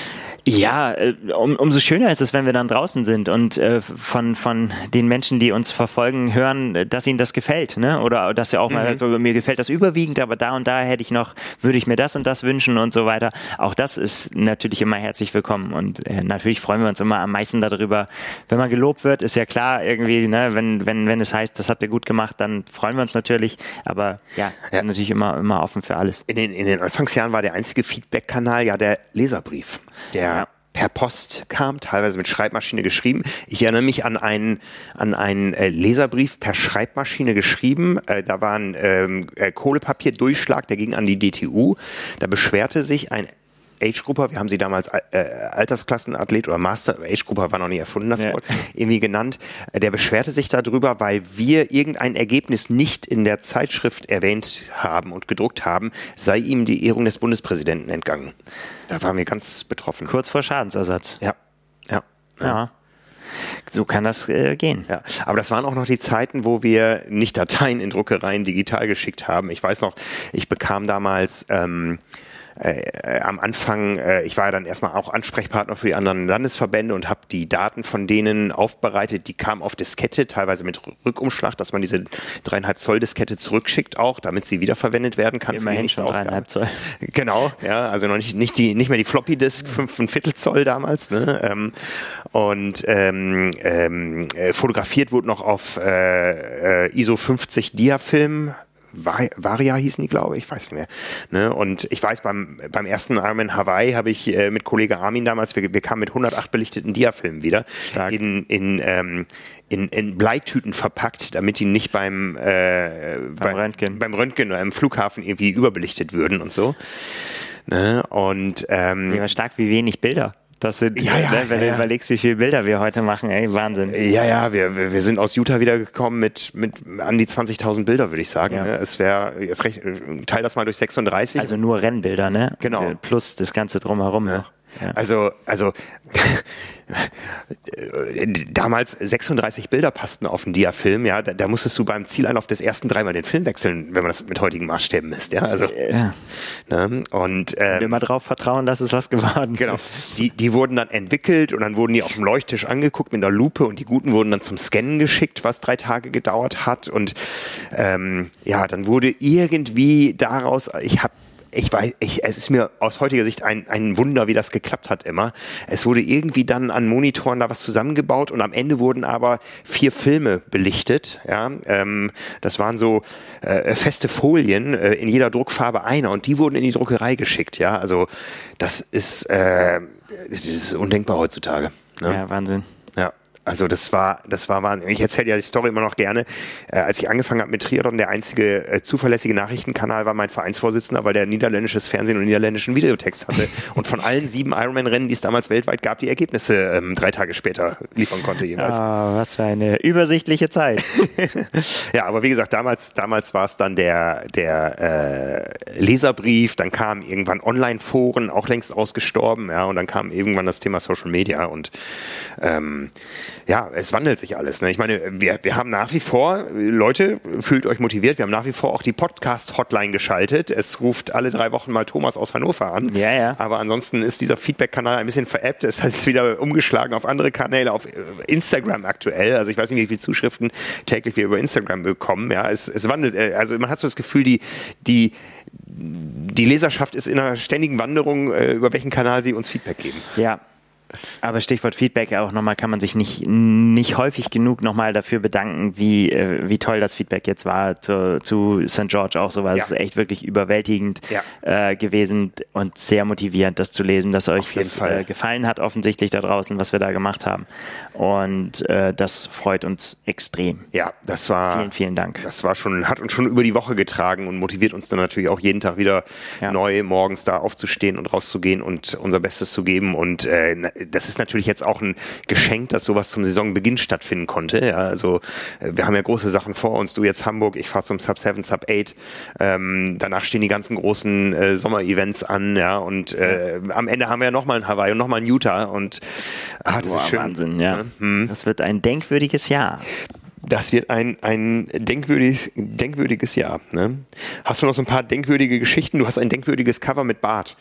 Speaker 2: Ja, um, umso schöner ist es, wenn wir dann draußen sind und äh, von, von den Menschen, die uns verfolgen, hören, dass ihnen das gefällt, ne? Oder dass ja auch mhm. mal so, mir gefällt das überwiegend, aber da und da hätte ich noch, würde ich mir das und das wünschen und so weiter. Auch das ist natürlich immer herzlich willkommen und äh, natürlich freuen wir uns immer am meisten darüber, wenn man gelobt wird, ist ja klar irgendwie, ne? Wenn, wenn, wenn es heißt, das habt ihr gut gemacht, dann freuen wir uns natürlich, aber ja, ja. sind natürlich immer, immer offen für alles.
Speaker 1: In den, in den Anfangsjahren war der einzige Feedback-Kanal ja der Leserbrief, der ja. per Post kam, teilweise mit Schreibmaschine geschrieben. Ich erinnere mich an einen, an einen äh, Leserbrief per Schreibmaschine geschrieben. Äh, da war ein ähm, äh, Kohlepapierdurchschlag, der ging an die D T U. Da beschwerte sich ein Age-Grupper, wir haben sie damals äh, Altersklassenathlet oder Master, Age-Grupper war noch nie erfunden, das ja. Wort, irgendwie genannt, der beschwerte sich darüber, weil wir irgendein Ergebnis nicht in der Zeitschrift erwähnt haben und gedruckt haben, sei ihm die Ehrung des Bundespräsidenten entgangen. Da waren wir ganz betroffen.
Speaker 2: Kurz vor Schadensersatz.
Speaker 1: Ja, ja. ja.
Speaker 2: ja. So kann das äh, gehen.
Speaker 1: Ja, aber das waren auch noch die Zeiten, wo wir nicht Dateien in Druckereien digital geschickt haben. Ich weiß noch, ich bekam damals ähm, Äh, am Anfang, äh, ich war ja dann erstmal auch Ansprechpartner für die anderen Landesverbände und habe die Daten von denen aufbereitet, die kamen auf Diskette, teilweise mit Rückumschlag, dass man diese dreieinhalb Zoll Diskette zurückschickt auch, damit sie wiederverwendet werden kann.
Speaker 2: Immerhin schon dreieinhalb Zoll.
Speaker 1: Genau, ja, also noch nicht, nicht, die, nicht mehr die Floppy Disk, fünf ein Viertel Zoll damals, ne? Ähm, und ähm, ähm, fotografiert wurde noch auf äh, äh, I S O fünfzig Diafilm, Varia hießen die, glaube ich, ich weiß nicht mehr. Ne? Und ich weiß, beim, beim ersten Ironman Hawaii habe ich äh, mit Kollege Armin damals, wir, wir kamen mit hundertacht belichteten Diafilmen wieder, Stark. in, in, ähm, in, in Bleitüten verpackt, damit die nicht beim, äh, beim, beim, Röntgen. beim Röntgen oder im Flughafen irgendwie überbelichtet würden und so. Ne? Und ähm,
Speaker 2: ja, stark wie wenig Bilder. Das sind,
Speaker 1: ja, ja,
Speaker 2: ne, wenn
Speaker 1: ja,
Speaker 2: du überlegst, wie viele Bilder wir heute machen, ey, Wahnsinn.
Speaker 1: Ja, ja, wir, wir sind aus Utah wiedergekommen mit, mit an die zwanzigtausend Bilder, würde ich sagen. Ja. Es wäre, teil das mal durch sechsunddreißig.
Speaker 2: Also nur Rennbilder, ne?
Speaker 1: Genau.
Speaker 2: Plus das Ganze drumherum
Speaker 1: ja.
Speaker 2: noch. Ja.
Speaker 1: Also, also damals sechsunddreißig Bilder passten auf den Diafilm, ja, da, da musstest du beim Zieleinlauf des ersten dreimal den Film wechseln, wenn man das mit heutigen Maßstäben misst, ja, also
Speaker 2: ja.
Speaker 1: Ne? Und, ähm,
Speaker 2: und immer drauf vertrauen, dass es was geworden
Speaker 1: genau.
Speaker 2: ist.
Speaker 1: Die, die wurden dann entwickelt und dann wurden die auf dem Leuchttisch angeguckt mit einer Lupe und die guten wurden dann zum Scannen geschickt, was drei Tage gedauert hat und ähm, ja, dann wurde irgendwie daraus, ich habe Ich weiß, ich, es ist mir aus heutiger Sicht ein, ein Wunder, wie das geklappt hat immer. Es wurde irgendwie dann an Monitoren da was zusammengebaut und am Ende wurden aber vier Filme belichtet. Ja, ähm, das waren so äh, feste Folien, äh, in jeder Druckfarbe einer und die wurden in die Druckerei geschickt. Ja, also das ist, äh, das ist undenkbar heutzutage. Ne?
Speaker 2: Ja, Wahnsinn.
Speaker 1: Ja. Also das war, das war Wahnsinn. Ich erzähle ja die Story immer noch gerne. Äh, als ich angefangen habe mit Triathlon, der einzige äh, zuverlässige Nachrichtenkanal war mein Vereinsvorsitzender, weil der niederländisches Fernsehen und niederländischen Videotext hatte und von allen sieben Ironman-Rennen, die es damals weltweit gab, die Ergebnisse ähm, drei Tage später liefern konnte jeweils.
Speaker 2: Oh, was für eine übersichtliche Zeit.
Speaker 1: Ja, aber wie gesagt, damals, damals war es dann der, der äh, Leserbrief, dann kamen irgendwann Online-Foren, auch längst ausgestorben, ja, und dann kam irgendwann das Thema Social Media und ähm, ja, es wandelt sich alles. Ne? Ich meine, wir, wir haben nach wie vor, Leute, fühlt euch motiviert, wir haben nach wie vor auch die Podcast-Hotline geschaltet. Es ruft alle drei Wochen mal Thomas aus Hannover an.
Speaker 2: Ja, ja.
Speaker 1: Aber ansonsten ist dieser Feedback-Kanal ein bisschen veräppt. Es ist wieder umgeschlagen auf andere Kanäle, auf Instagram aktuell. Also ich weiß nicht, wie viele Zuschriften täglich wir über Instagram bekommen. Ja, es, es wandelt, also man hat so das Gefühl, die, die, die Leserschaft ist in einer ständigen Wanderung, über welchen Kanal sie uns Feedback geben.
Speaker 2: Ja. Aber Stichwort Feedback auch nochmal, kann man sich nicht, nicht häufig genug nochmal dafür bedanken, wie, äh, wie toll das Feedback jetzt war zu, zu Sankt George auch so war. Es ja. ist echt wirklich überwältigend ja. äh, gewesen und sehr motivierend, das zu lesen, dass euch das äh, gefallen hat, offensichtlich da draußen, was wir da gemacht haben. Und äh, das freut uns extrem.
Speaker 1: Ja, das war.
Speaker 2: Vielen, vielen Dank.
Speaker 1: Das war schon, hat uns schon über die Woche getragen und motiviert uns dann natürlich auch jeden Tag wieder ja. neu morgens da aufzustehen und rauszugehen und unser Bestes zu geben. Und äh, das ist natürlich jetzt auch ein Geschenk, dass sowas zum Saisonbeginn stattfinden konnte. Ja, also wir haben ja große Sachen vor uns. Du jetzt Hamburg, ich fahre zum Sub sieben, Sub acht. Ähm, danach stehen die ganzen großen äh, Sommer-Events an. Ja, und äh, am Ende haben wir ja nochmal ein Hawaii und nochmal ein Utah. Und ah, das
Speaker 2: Boah,
Speaker 1: ist schön.
Speaker 2: Wahnsinn, ja. Hm. Das wird ein denkwürdiges Jahr.
Speaker 1: Das wird ein, ein denkwürdiges, denkwürdiges Jahr. Ne? Hast du noch so ein paar denkwürdige Geschichten? Du hast ein denkwürdiges Cover mit Bart.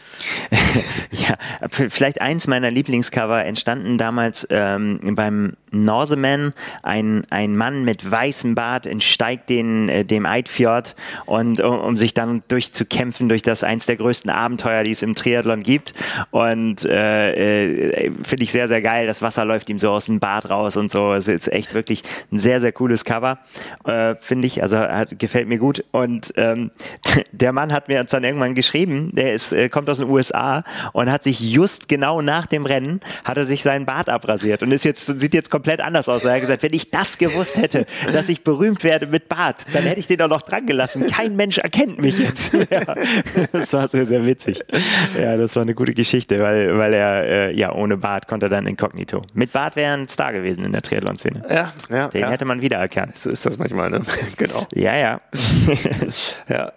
Speaker 2: Ja, vielleicht eins meiner Lieblingscover entstanden damals ähm, beim Norseman. Ein, ein Mann mit weißem Bart entsteigt den, äh, dem Eidfjord und um, um sich dann durchzukämpfen durch das eins der größten Abenteuer, die es im Triathlon gibt. Und äh, äh, finde ich sehr, sehr geil. Das Wasser läuft ihm so aus dem Bart raus und so. Es ist echt wirklich ein sehr, sehr cooles Cover, äh, finde ich. Also hat, gefällt mir gut. Und ähm, der Mann hat mir dann irgendwann geschrieben, der ist, äh, kommt aus den U S A und hat sich just genau nach dem Rennen, hat er sich seinen Bart abrasiert und ist jetzt, sieht jetzt komplett anders aus. Er hat gesagt, wenn ich das gewusst hätte, dass ich berühmt werde mit Bart, dann hätte ich den doch noch dran gelassen. Kein Mensch erkennt mich jetzt. Ja, das war sehr, sehr witzig. Ja, das war eine gute Geschichte, weil, weil er, äh, ja, ohne Bart konnte er dann inkognito. Mit Bart wäre er ein Star gewesen in der Triathlon-Szene.
Speaker 1: Ja, ja.
Speaker 2: Den
Speaker 1: ja.
Speaker 2: hätte man wiedererkannt.
Speaker 1: So ist das manchmal, ne? Genau.
Speaker 2: Ja, ja.
Speaker 1: Ja.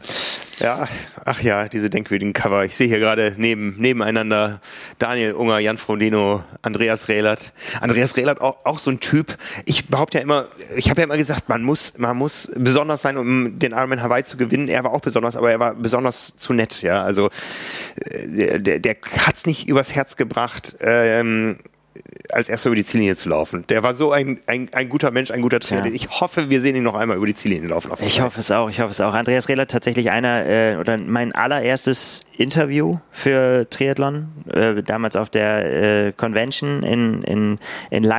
Speaker 1: Ja, ach ja, diese denkwürdigen Cover. Ich sehe hier gerade neben, nebeneinander Daniel Unger, Jan Frodeno, Andreas Rehlert. Andreas Rehlert auch, auch so ein Typ. Ich behaupte ja immer, ich habe ja immer gesagt, man muss, man muss besonders sein, um den Ironman Hawaii zu gewinnen. Er war auch besonders, aber er war besonders zu nett. Ja, also der, der, der hat es nicht übers Herz gebracht, ähm, als erster über die Ziellinie zu laufen. Der war so ein, ein, ein guter Mensch, ein guter Trainer. Ja. Ich hoffe, wir sehen ihn noch einmal über die Ziellinie laufen. Auf
Speaker 2: ich hoffe es auch, ich hoffe es auch. Andreas Rehlert tatsächlich einer, äh, oder mein allererstes Interview für Triathlon, äh, damals auf der äh, Convention in, in, in Langen,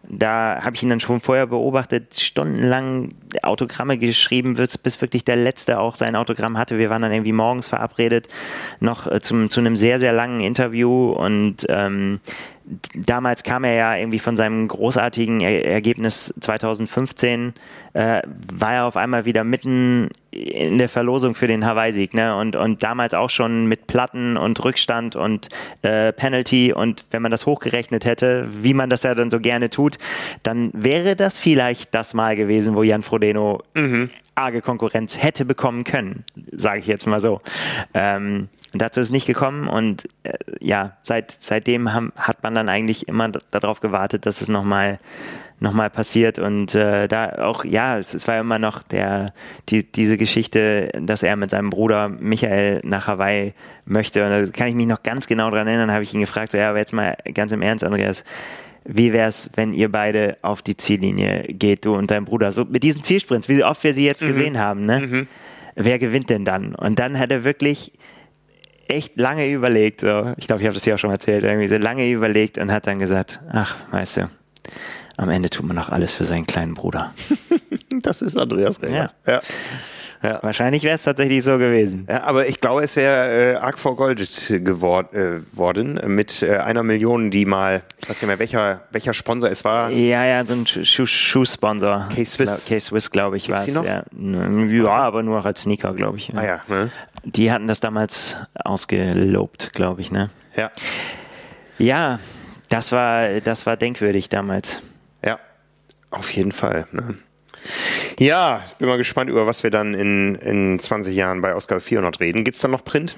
Speaker 2: Da habe ich ihn dann schon vorher beobachtet, stundenlang Autogramme geschrieben, bis wirklich der Letzte auch sein Autogramm hatte. Wir waren dann irgendwie morgens verabredet, noch zum, zu einem sehr, sehr langen Interview und ähm, damals kam er ja irgendwie von seinem großartigen er- Ergebnis zwanzig fünfzehn, äh, war er auf einmal wieder mitten in der Verlosung für den Hawaii-Sieg, ne? Und, und damals auch schon mit Platten und Rückstand und äh, Penalty und wenn man das hochgerechnet hätte, wie man das ja dann so gerne tut, dann wäre das vielleicht das Mal gewesen, wo Jan Frodeno mhm. arge Konkurrenz hätte bekommen können, sage ich jetzt mal so. Ähm, dazu ist es nicht gekommen und äh, ja, seit, seitdem haben, hat man dann eigentlich immer d- darauf gewartet, dass es nochmal noch mal passiert und äh, da auch, ja, es, es war immer noch der, die, diese Geschichte, dass er mit seinem Bruder Michael nach Hawaii möchte und da kann ich mich noch ganz genau dran erinnern, habe ich ihn gefragt, so, ja, aber jetzt mal ganz im Ernst, Andreas, wie wär's, wenn ihr beide auf die Ziellinie geht, du und dein Bruder, so mit diesen Zielsprints, wie oft wir sie jetzt mhm. gesehen haben, ne? Mhm. Wer gewinnt denn dann? Und dann hat er wirklich echt lange überlegt, so. Ich glaube, ich habe das hier auch schon erzählt, irgendwie so lange überlegt und hat dann gesagt, ach, weißt du, am Ende tut man doch alles für seinen kleinen Bruder.
Speaker 1: Das ist Andreas Renger. Ja. Ja.
Speaker 2: Ja. Wahrscheinlich wäre es tatsächlich so gewesen.
Speaker 1: Ja, aber ich glaube, es wäre äh, arg vergoldet geworden äh, worden mit äh, einer Million, die mal, ich weiß gar nicht mehr, welcher, welcher Sponsor es war.
Speaker 2: Ja, ja, so ein Schuh- Schuhsponsor.
Speaker 1: K-Swiss.
Speaker 2: K-Swiss, glaube ich, war es. Ja. ja, aber nur als Sneaker, glaube ich. Ja.
Speaker 1: Ah ja. Ne?
Speaker 2: Die hatten das damals ausgelobt, glaube ich, ne?
Speaker 1: Ja.
Speaker 2: Ja, das war, das war denkwürdig damals.
Speaker 1: Ja, auf jeden Fall. Ne? Ja, ich bin mal gespannt, über was wir dann in, in zwanzig Jahren bei Ausgabe vierhundert reden. Gibt es dann noch Print?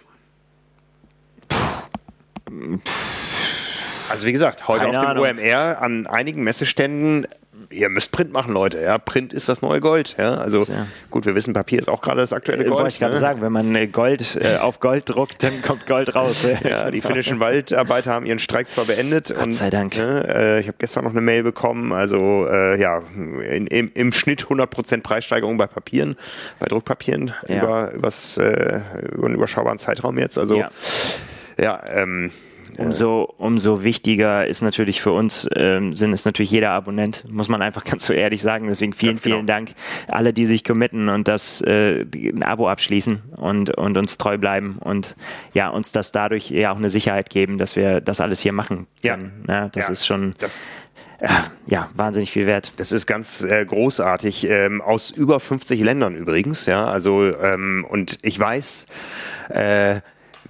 Speaker 1: Also wie gesagt, heute Keine auf dem Ahnung. O M R an einigen Messeständen, ihr müsst Print machen, Leute. Ja, Print ist das neue Gold. Ja, also ja. Gut, wir wissen, Papier ist auch gerade das aktuelle Gold.
Speaker 2: Wollte ich gerade ne? sagen, wenn man Gold äh, auf Gold druckt, dann kommt Gold raus.
Speaker 1: Ja, die finnischen Waldarbeiter haben ihren Streik zwar beendet.
Speaker 2: Gott sei Dank.
Speaker 1: Äh, ich habe gestern noch eine Mail bekommen, also äh, ja, in, im, im Schnitt hundert Prozent Preissteigerung bei Papieren, bei Druckpapieren ja. über, übers, äh, über einen überschaubaren Zeitraum jetzt. Also ja, ja ähm,
Speaker 2: Umso, umso wichtiger ist natürlich für uns, ähm, sind es natürlich jeder Abonnent, muss man einfach ganz so ehrlich sagen. Deswegen vielen, genau. vielen Dank. Alle, die sich committen und das äh, ein Abo abschließen und, und uns treu bleiben und ja, uns das dadurch ja auch eine Sicherheit geben, dass wir das alles hier machen können. Ja, ja das ja. ist schon... Das Ja, ja, wahnsinnig viel wert.
Speaker 1: Das ist ganz äh, großartig. Ähm, aus über fünfzig Ländern übrigens, ja. Also, ähm, und ich weiß, äh,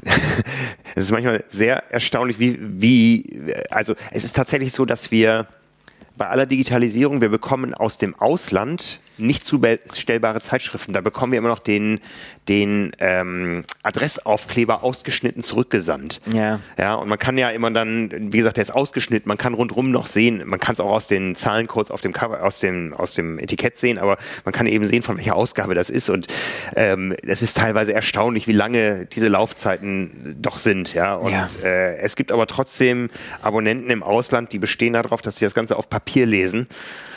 Speaker 1: es ist manchmal sehr erstaunlich, wie, wie, also es ist tatsächlich so, dass wir bei aller Digitalisierung, wir bekommen aus dem Ausland nicht zustellbare Zeitschriften. Da bekommen wir immer noch den, den ähm, Adressaufkleber ausgeschnitten zurückgesandt.
Speaker 2: Ja.
Speaker 1: Ja, und man kann ja immer dann, wie gesagt, der ist ausgeschnitten, man kann rundherum noch sehen, man kann es auch aus den Zahlencodes auf dem Cover, aus dem, aus dem Etikett sehen, aber man kann eben sehen, von welcher Ausgabe das ist. Und ähm, es ist teilweise erstaunlich, wie lange diese Laufzeiten doch sind. Ja, und ja. Äh, es gibt aber trotzdem Abonnenten im Ausland, die bestehen darauf, dass sie das Ganze auf Papier lesen.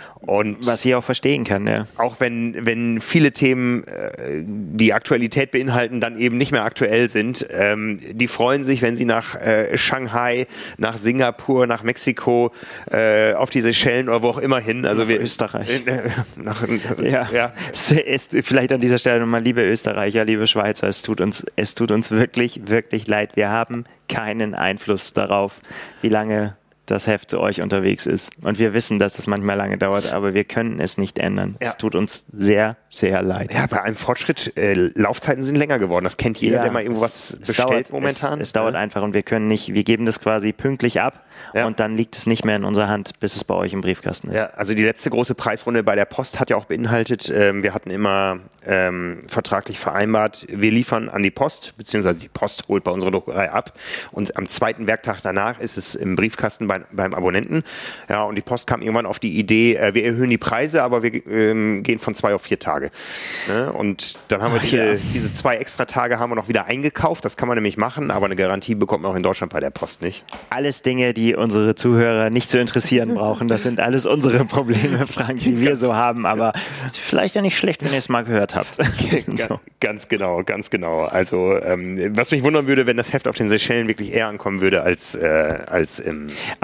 Speaker 1: Und
Speaker 2: was ich auch verstehen kann, ja.
Speaker 1: Auch wenn, wenn viele Themen, äh, die Aktualität beinhalten, dann eben nicht mehr aktuell sind, ähm, die freuen sich, wenn sie nach äh, Shanghai, nach Singapur, nach Mexiko, äh, auf die Seychellen oder wo auch immer hin. Also
Speaker 2: nach
Speaker 1: wir,
Speaker 2: Österreich.
Speaker 1: Äh, nach,
Speaker 2: ja. ja. Es ist vielleicht an dieser Stelle nochmal, liebe Österreicher, liebe Schweizer, es tut uns, es tut uns wirklich, wirklich leid. Wir haben keinen Einfluss darauf, wie lange das Heft zu euch unterwegs ist. Und wir wissen, dass es manchmal lange dauert, aber wir können es nicht ändern. Ja. Es tut uns sehr, sehr leid.
Speaker 1: Ja, bei einem Fortschritt, äh, Laufzeiten sind länger geworden. Das kennt jeder, ja, der mal irgendwo was bestellt dauert, momentan.
Speaker 2: Es, es dauert ja. einfach und wir können nicht, wir geben das quasi pünktlich ab ja. und dann liegt es nicht mehr in unserer Hand, bis es bei euch im Briefkasten ist.
Speaker 1: Ja, also die letzte große Preisrunde bei der Post hat ja auch beinhaltet, ähm, wir hatten immer ähm, vertraglich vereinbart, wir liefern an die Post, beziehungsweise die Post holt bei unserer Druckerei ab und am zweiten Werktag danach ist es im Briefkasten bei beim Abonnenten. Ja, und die Post kam irgendwann auf die Idee, äh, wir erhöhen die Preise, aber wir ähm, gehen von zwei auf vier Tage. Ne? Und dann haben wir diese, ja. diese zwei extra Tage haben wir noch wieder eingekauft. Das kann man nämlich machen, aber eine Garantie bekommt man auch in Deutschland bei der Post nicht.
Speaker 2: Alles Dinge, die unsere Zuhörer nicht zu interessieren brauchen. Das sind alles unsere Probleme, Frank, die wir so haben. Aber vielleicht ja nicht schlecht, wenn ihr es mal gehört habt.
Speaker 1: so. Ganz genau, ganz genau. Also ähm, was mich wundern würde, wenn das Heft auf den Seychellen wirklich eher ankommen würde als, äh, als im...
Speaker 2: Aber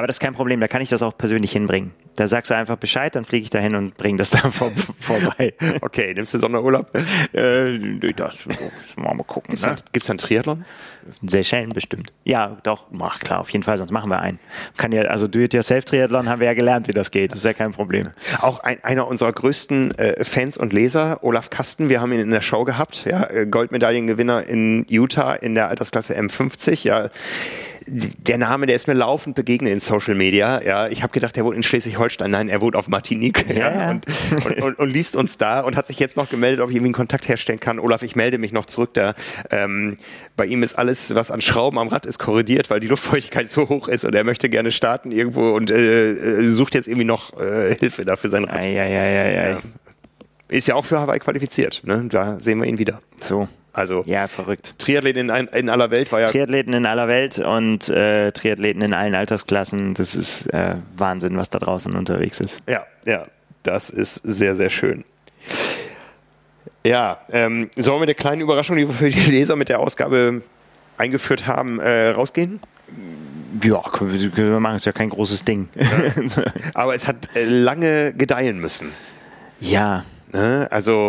Speaker 2: Aber das ist kein Problem, da kann ich das auch persönlich hinbringen. Da sagst du einfach Bescheid, dann fliege ich da hin und bringe das da vor, vorbei.
Speaker 1: Okay, nimmst du Sonderurlaub?
Speaker 2: Äh, das, das müssen wir mal gucken.
Speaker 1: Gibt's, ne? dann, gibt's dann Triathlon?
Speaker 2: Seychellen bestimmt. Ja, doch, ach klar, auf jeden Fall, sonst machen wir einen. Kann ja, also Do-it-yourself-Triathlon haben wir ja gelernt, wie das geht. Das ist ja kein Problem.
Speaker 1: Auch ein, einer unserer größten äh, Fans und Leser, Olaf Kasten, wir haben ihn in der Show gehabt, ja, Goldmedaillengewinner in Utah in der Altersklasse M fünfzig, ja. Der Name, der ist mir laufend begegnet in Social Media. Ja, ich habe gedacht, der wohnt in Schleswig-Holstein. Nein, er wohnt auf Martinique. Ja, ja. Und, und, und, und liest uns da und hat sich jetzt noch gemeldet, ob ich irgendwie einen Kontakt herstellen kann. Olaf, ich melde mich noch zurück da. Ähm, bei ihm ist alles, was an Schrauben am Rad ist, korrodiert, weil die Luftfeuchtigkeit so hoch ist und er möchte gerne starten irgendwo und äh, sucht jetzt irgendwie noch äh, Hilfe da für sein Rad.
Speaker 2: Ei, ei, ei, ei, ei.
Speaker 1: Ja. Ist ja auch für Hawaii qualifiziert. Ne? Da sehen wir ihn wieder.
Speaker 2: So.
Speaker 1: Also
Speaker 2: ja, verrückt.
Speaker 1: Triathleten in, in aller Welt war ja...
Speaker 2: Triathleten in aller Welt und äh, Triathleten in allen Altersklassen. Das ist äh, Wahnsinn, was da draußen unterwegs ist.
Speaker 1: Ja, ja, das ist sehr, sehr schön. Ja, ähm, sollen wir mit der kleinen Überraschung, die wir für die Leser mit der Ausgabe eingeführt haben, äh, rausgehen?
Speaker 2: Ja, können wir, können wir machen. Ist ja kein großes Ding.
Speaker 1: Ja. Aber es hat äh, lange gedeihen müssen.
Speaker 2: Ja.
Speaker 1: Ne? Also...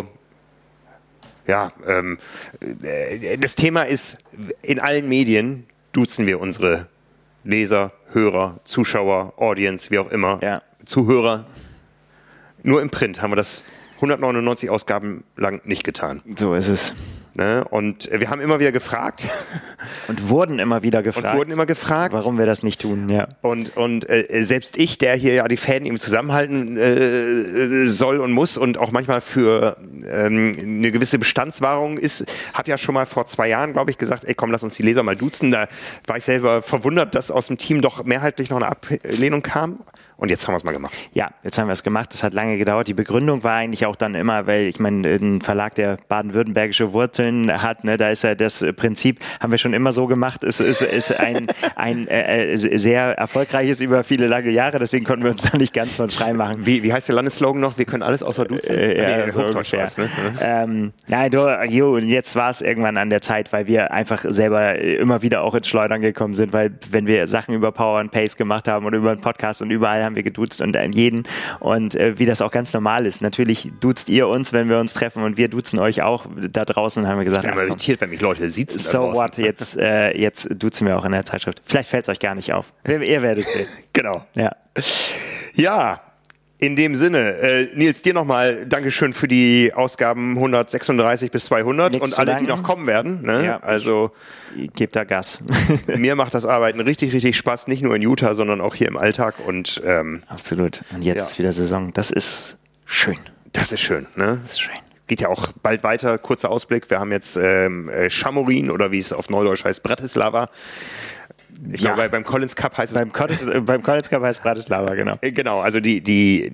Speaker 1: Ja, ähm, das Thema ist, in allen Medien duzen wir unsere Leser, Hörer, Zuschauer, Audience, wie auch immer,
Speaker 2: ja.
Speaker 1: Zuhörer. Nur im Print haben wir das hundertneunundneunzig Ausgaben lang nicht getan.
Speaker 2: So ist es.
Speaker 1: Ne? Und wir haben immer wieder gefragt.
Speaker 2: Und wurden immer wieder gefragt.
Speaker 1: Und wurden immer gefragt.
Speaker 2: Warum wir das nicht tun, ja.
Speaker 1: Und, und äh, selbst ich, der hier ja die Fäden eben zusammenhalten äh, soll und muss und auch manchmal für ähm, eine gewisse Bestandswahrung ist, habe ja schon mal vor zwei Jahren, glaube ich, gesagt, ey komm, lass uns die Leser mal duzen. Da war ich selber verwundert, dass aus dem Team doch mehrheitlich noch eine Ablehnung kam. Und jetzt haben wir es mal gemacht.
Speaker 2: Ja, jetzt haben wir es gemacht. Das hat lange gedauert. Die Begründung war eigentlich auch dann immer, weil ich meine, ein Verlag, der baden-württembergische Wurzeln hat, ne, da ist ja das Prinzip, haben wir schon immer so gemacht, ist, ist, ist ein, ein äh, sehr erfolgreiches über viele lange Jahre, deswegen konnten wir uns da nicht ganz von frei machen.
Speaker 1: Wie, wie heißt der Landesslogan noch? Wir können alles außer duzen?
Speaker 2: Äh, ja,
Speaker 1: nee,
Speaker 2: so ungefähr. Was, ne? ähm, nein, du, jo, jetzt war es irgendwann an der Zeit, weil wir einfach selber immer wieder auch ins Schleudern gekommen sind, weil wenn wir Sachen über Power and Pace gemacht haben oder über einen Podcast und überall haben wir geduzt und an jeden und äh, wie das auch ganz normal ist. Natürlich duzt ihr uns, wenn wir uns treffen und wir duzen euch auch. Da draußen haben wir gesagt,
Speaker 1: ich bin immer irritiert, wenn mich Leute sitzen.
Speaker 2: So what, jetzt, äh, jetzt duzen wir auch in der Zeitschrift. Vielleicht fällt es euch gar nicht auf. Ihr werdet sehen.
Speaker 1: Genau.
Speaker 2: Ja.
Speaker 1: Ja. In dem Sinne, äh, Nils, dir nochmal Dankeschön für die Ausgaben hundertsechsunddreißig bis zweihundert Nichts und alle, danken. Die noch kommen werden. Ne?
Speaker 2: Ja,
Speaker 1: also
Speaker 2: gebt da Gas.
Speaker 1: Mir macht das Arbeiten richtig, richtig Spaß, nicht nur in Utah, sondern auch hier im Alltag. Und, ähm,
Speaker 2: absolut. Und jetzt ja. ist wieder Saison. Das ist schön.
Speaker 1: Das ist schön. Ne?
Speaker 2: Das ist schön.
Speaker 1: Geht ja auch bald weiter. Kurzer Ausblick. Wir haben jetzt ähm, Chamorin oder wie es auf Neudeutsch heißt, Bratislava. Ich ja. glaube, beim Collins Cup heißt es...
Speaker 2: Beim, Collins, äh, beim Collins Cup heißt Bratislava, genau.
Speaker 1: Äh, genau, also die, die,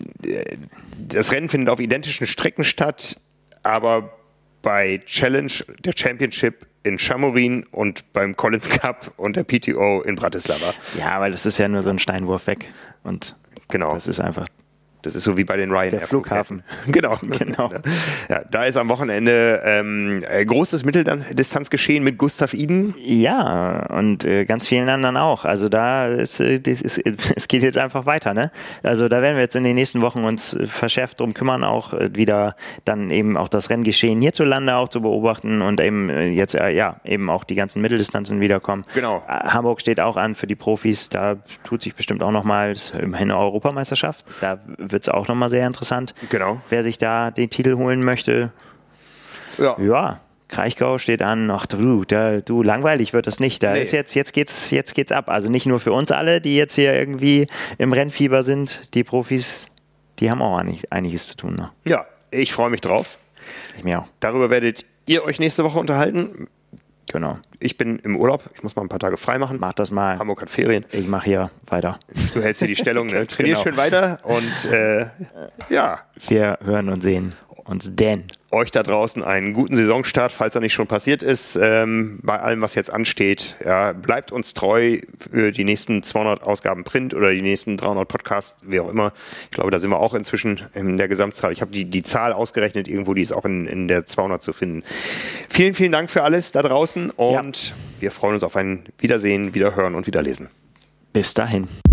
Speaker 1: das Rennen findet auf identischen Strecken statt, aber bei Challenge, der Championship in Chamorin und beim Collins Cup und der P T O in Bratislava.
Speaker 2: Ja, weil das ist ja nur so ein Steinwurf weg und
Speaker 1: genau.
Speaker 2: Das ist einfach...
Speaker 1: Das ist so wie bei den Ryanair.
Speaker 2: Der Flughafen.
Speaker 1: Genau.
Speaker 2: genau.
Speaker 1: Ja, da ist am Wochenende ähm, großes Mitteldistanzgeschehen mit Gustav Iden.
Speaker 2: Ja, und äh, ganz vielen anderen auch. Also da ist, das ist, es geht jetzt einfach weiter, ne? Also da werden wir jetzt in den nächsten Wochen uns verschärft drum kümmern, auch wieder dann eben auch das Renngeschehen hierzulande auch zu beobachten und eben jetzt äh, ja eben auch die ganzen Mitteldistanzen wiederkommen.
Speaker 1: Genau.
Speaker 2: Hamburg steht auch an für die Profis. Da tut sich bestimmt auch nochmal immerhin eine Europameisterschaft. Da wird es auch nochmal sehr interessant.
Speaker 1: Genau.
Speaker 2: Wer sich da den Titel holen möchte.
Speaker 1: Ja.
Speaker 2: Ja, Kraichgau steht an. Ach du, da, du langweilig wird das nicht. Da nee. ist jetzt, jetzt geht's, jetzt geht's ab. Also nicht nur für uns alle, die jetzt hier irgendwie im Rennfieber sind. Die Profis, die haben auch einig, einiges zu tun noch.
Speaker 1: Ja, ich freue mich drauf.
Speaker 2: Ich mir auch.
Speaker 1: Darüber werdet ihr euch nächste Woche unterhalten.
Speaker 2: Genau.
Speaker 1: Ich bin im Urlaub. Ich muss mal ein paar Tage frei machen.
Speaker 2: Mach das mal.
Speaker 1: Hamburg hat Ferien.
Speaker 2: Ich mache hier weiter.
Speaker 1: Du hältst hier die Stellung. Ne? Trainier genau. schön weiter. Und äh, ja.
Speaker 2: Wir hören und sehen uns denn.
Speaker 1: Euch da draußen einen guten Saisonstart, falls er nicht schon passiert ist. Ähm, bei allem, was jetzt ansteht. Ja, bleibt uns treu für die nächsten zweihundert Ausgaben Print oder die nächsten dreihundert Podcasts, wie auch immer. Ich glaube, da sind wir auch inzwischen in der Gesamtzahl. Ich habe die, die Zahl ausgerechnet irgendwo, die ist auch in, in der zweihundert zu finden. Vielen, vielen Dank für alles da draußen und ja. wir freuen uns auf ein Wiedersehen, Wiederhören und Wiederlesen.
Speaker 2: Bis dahin.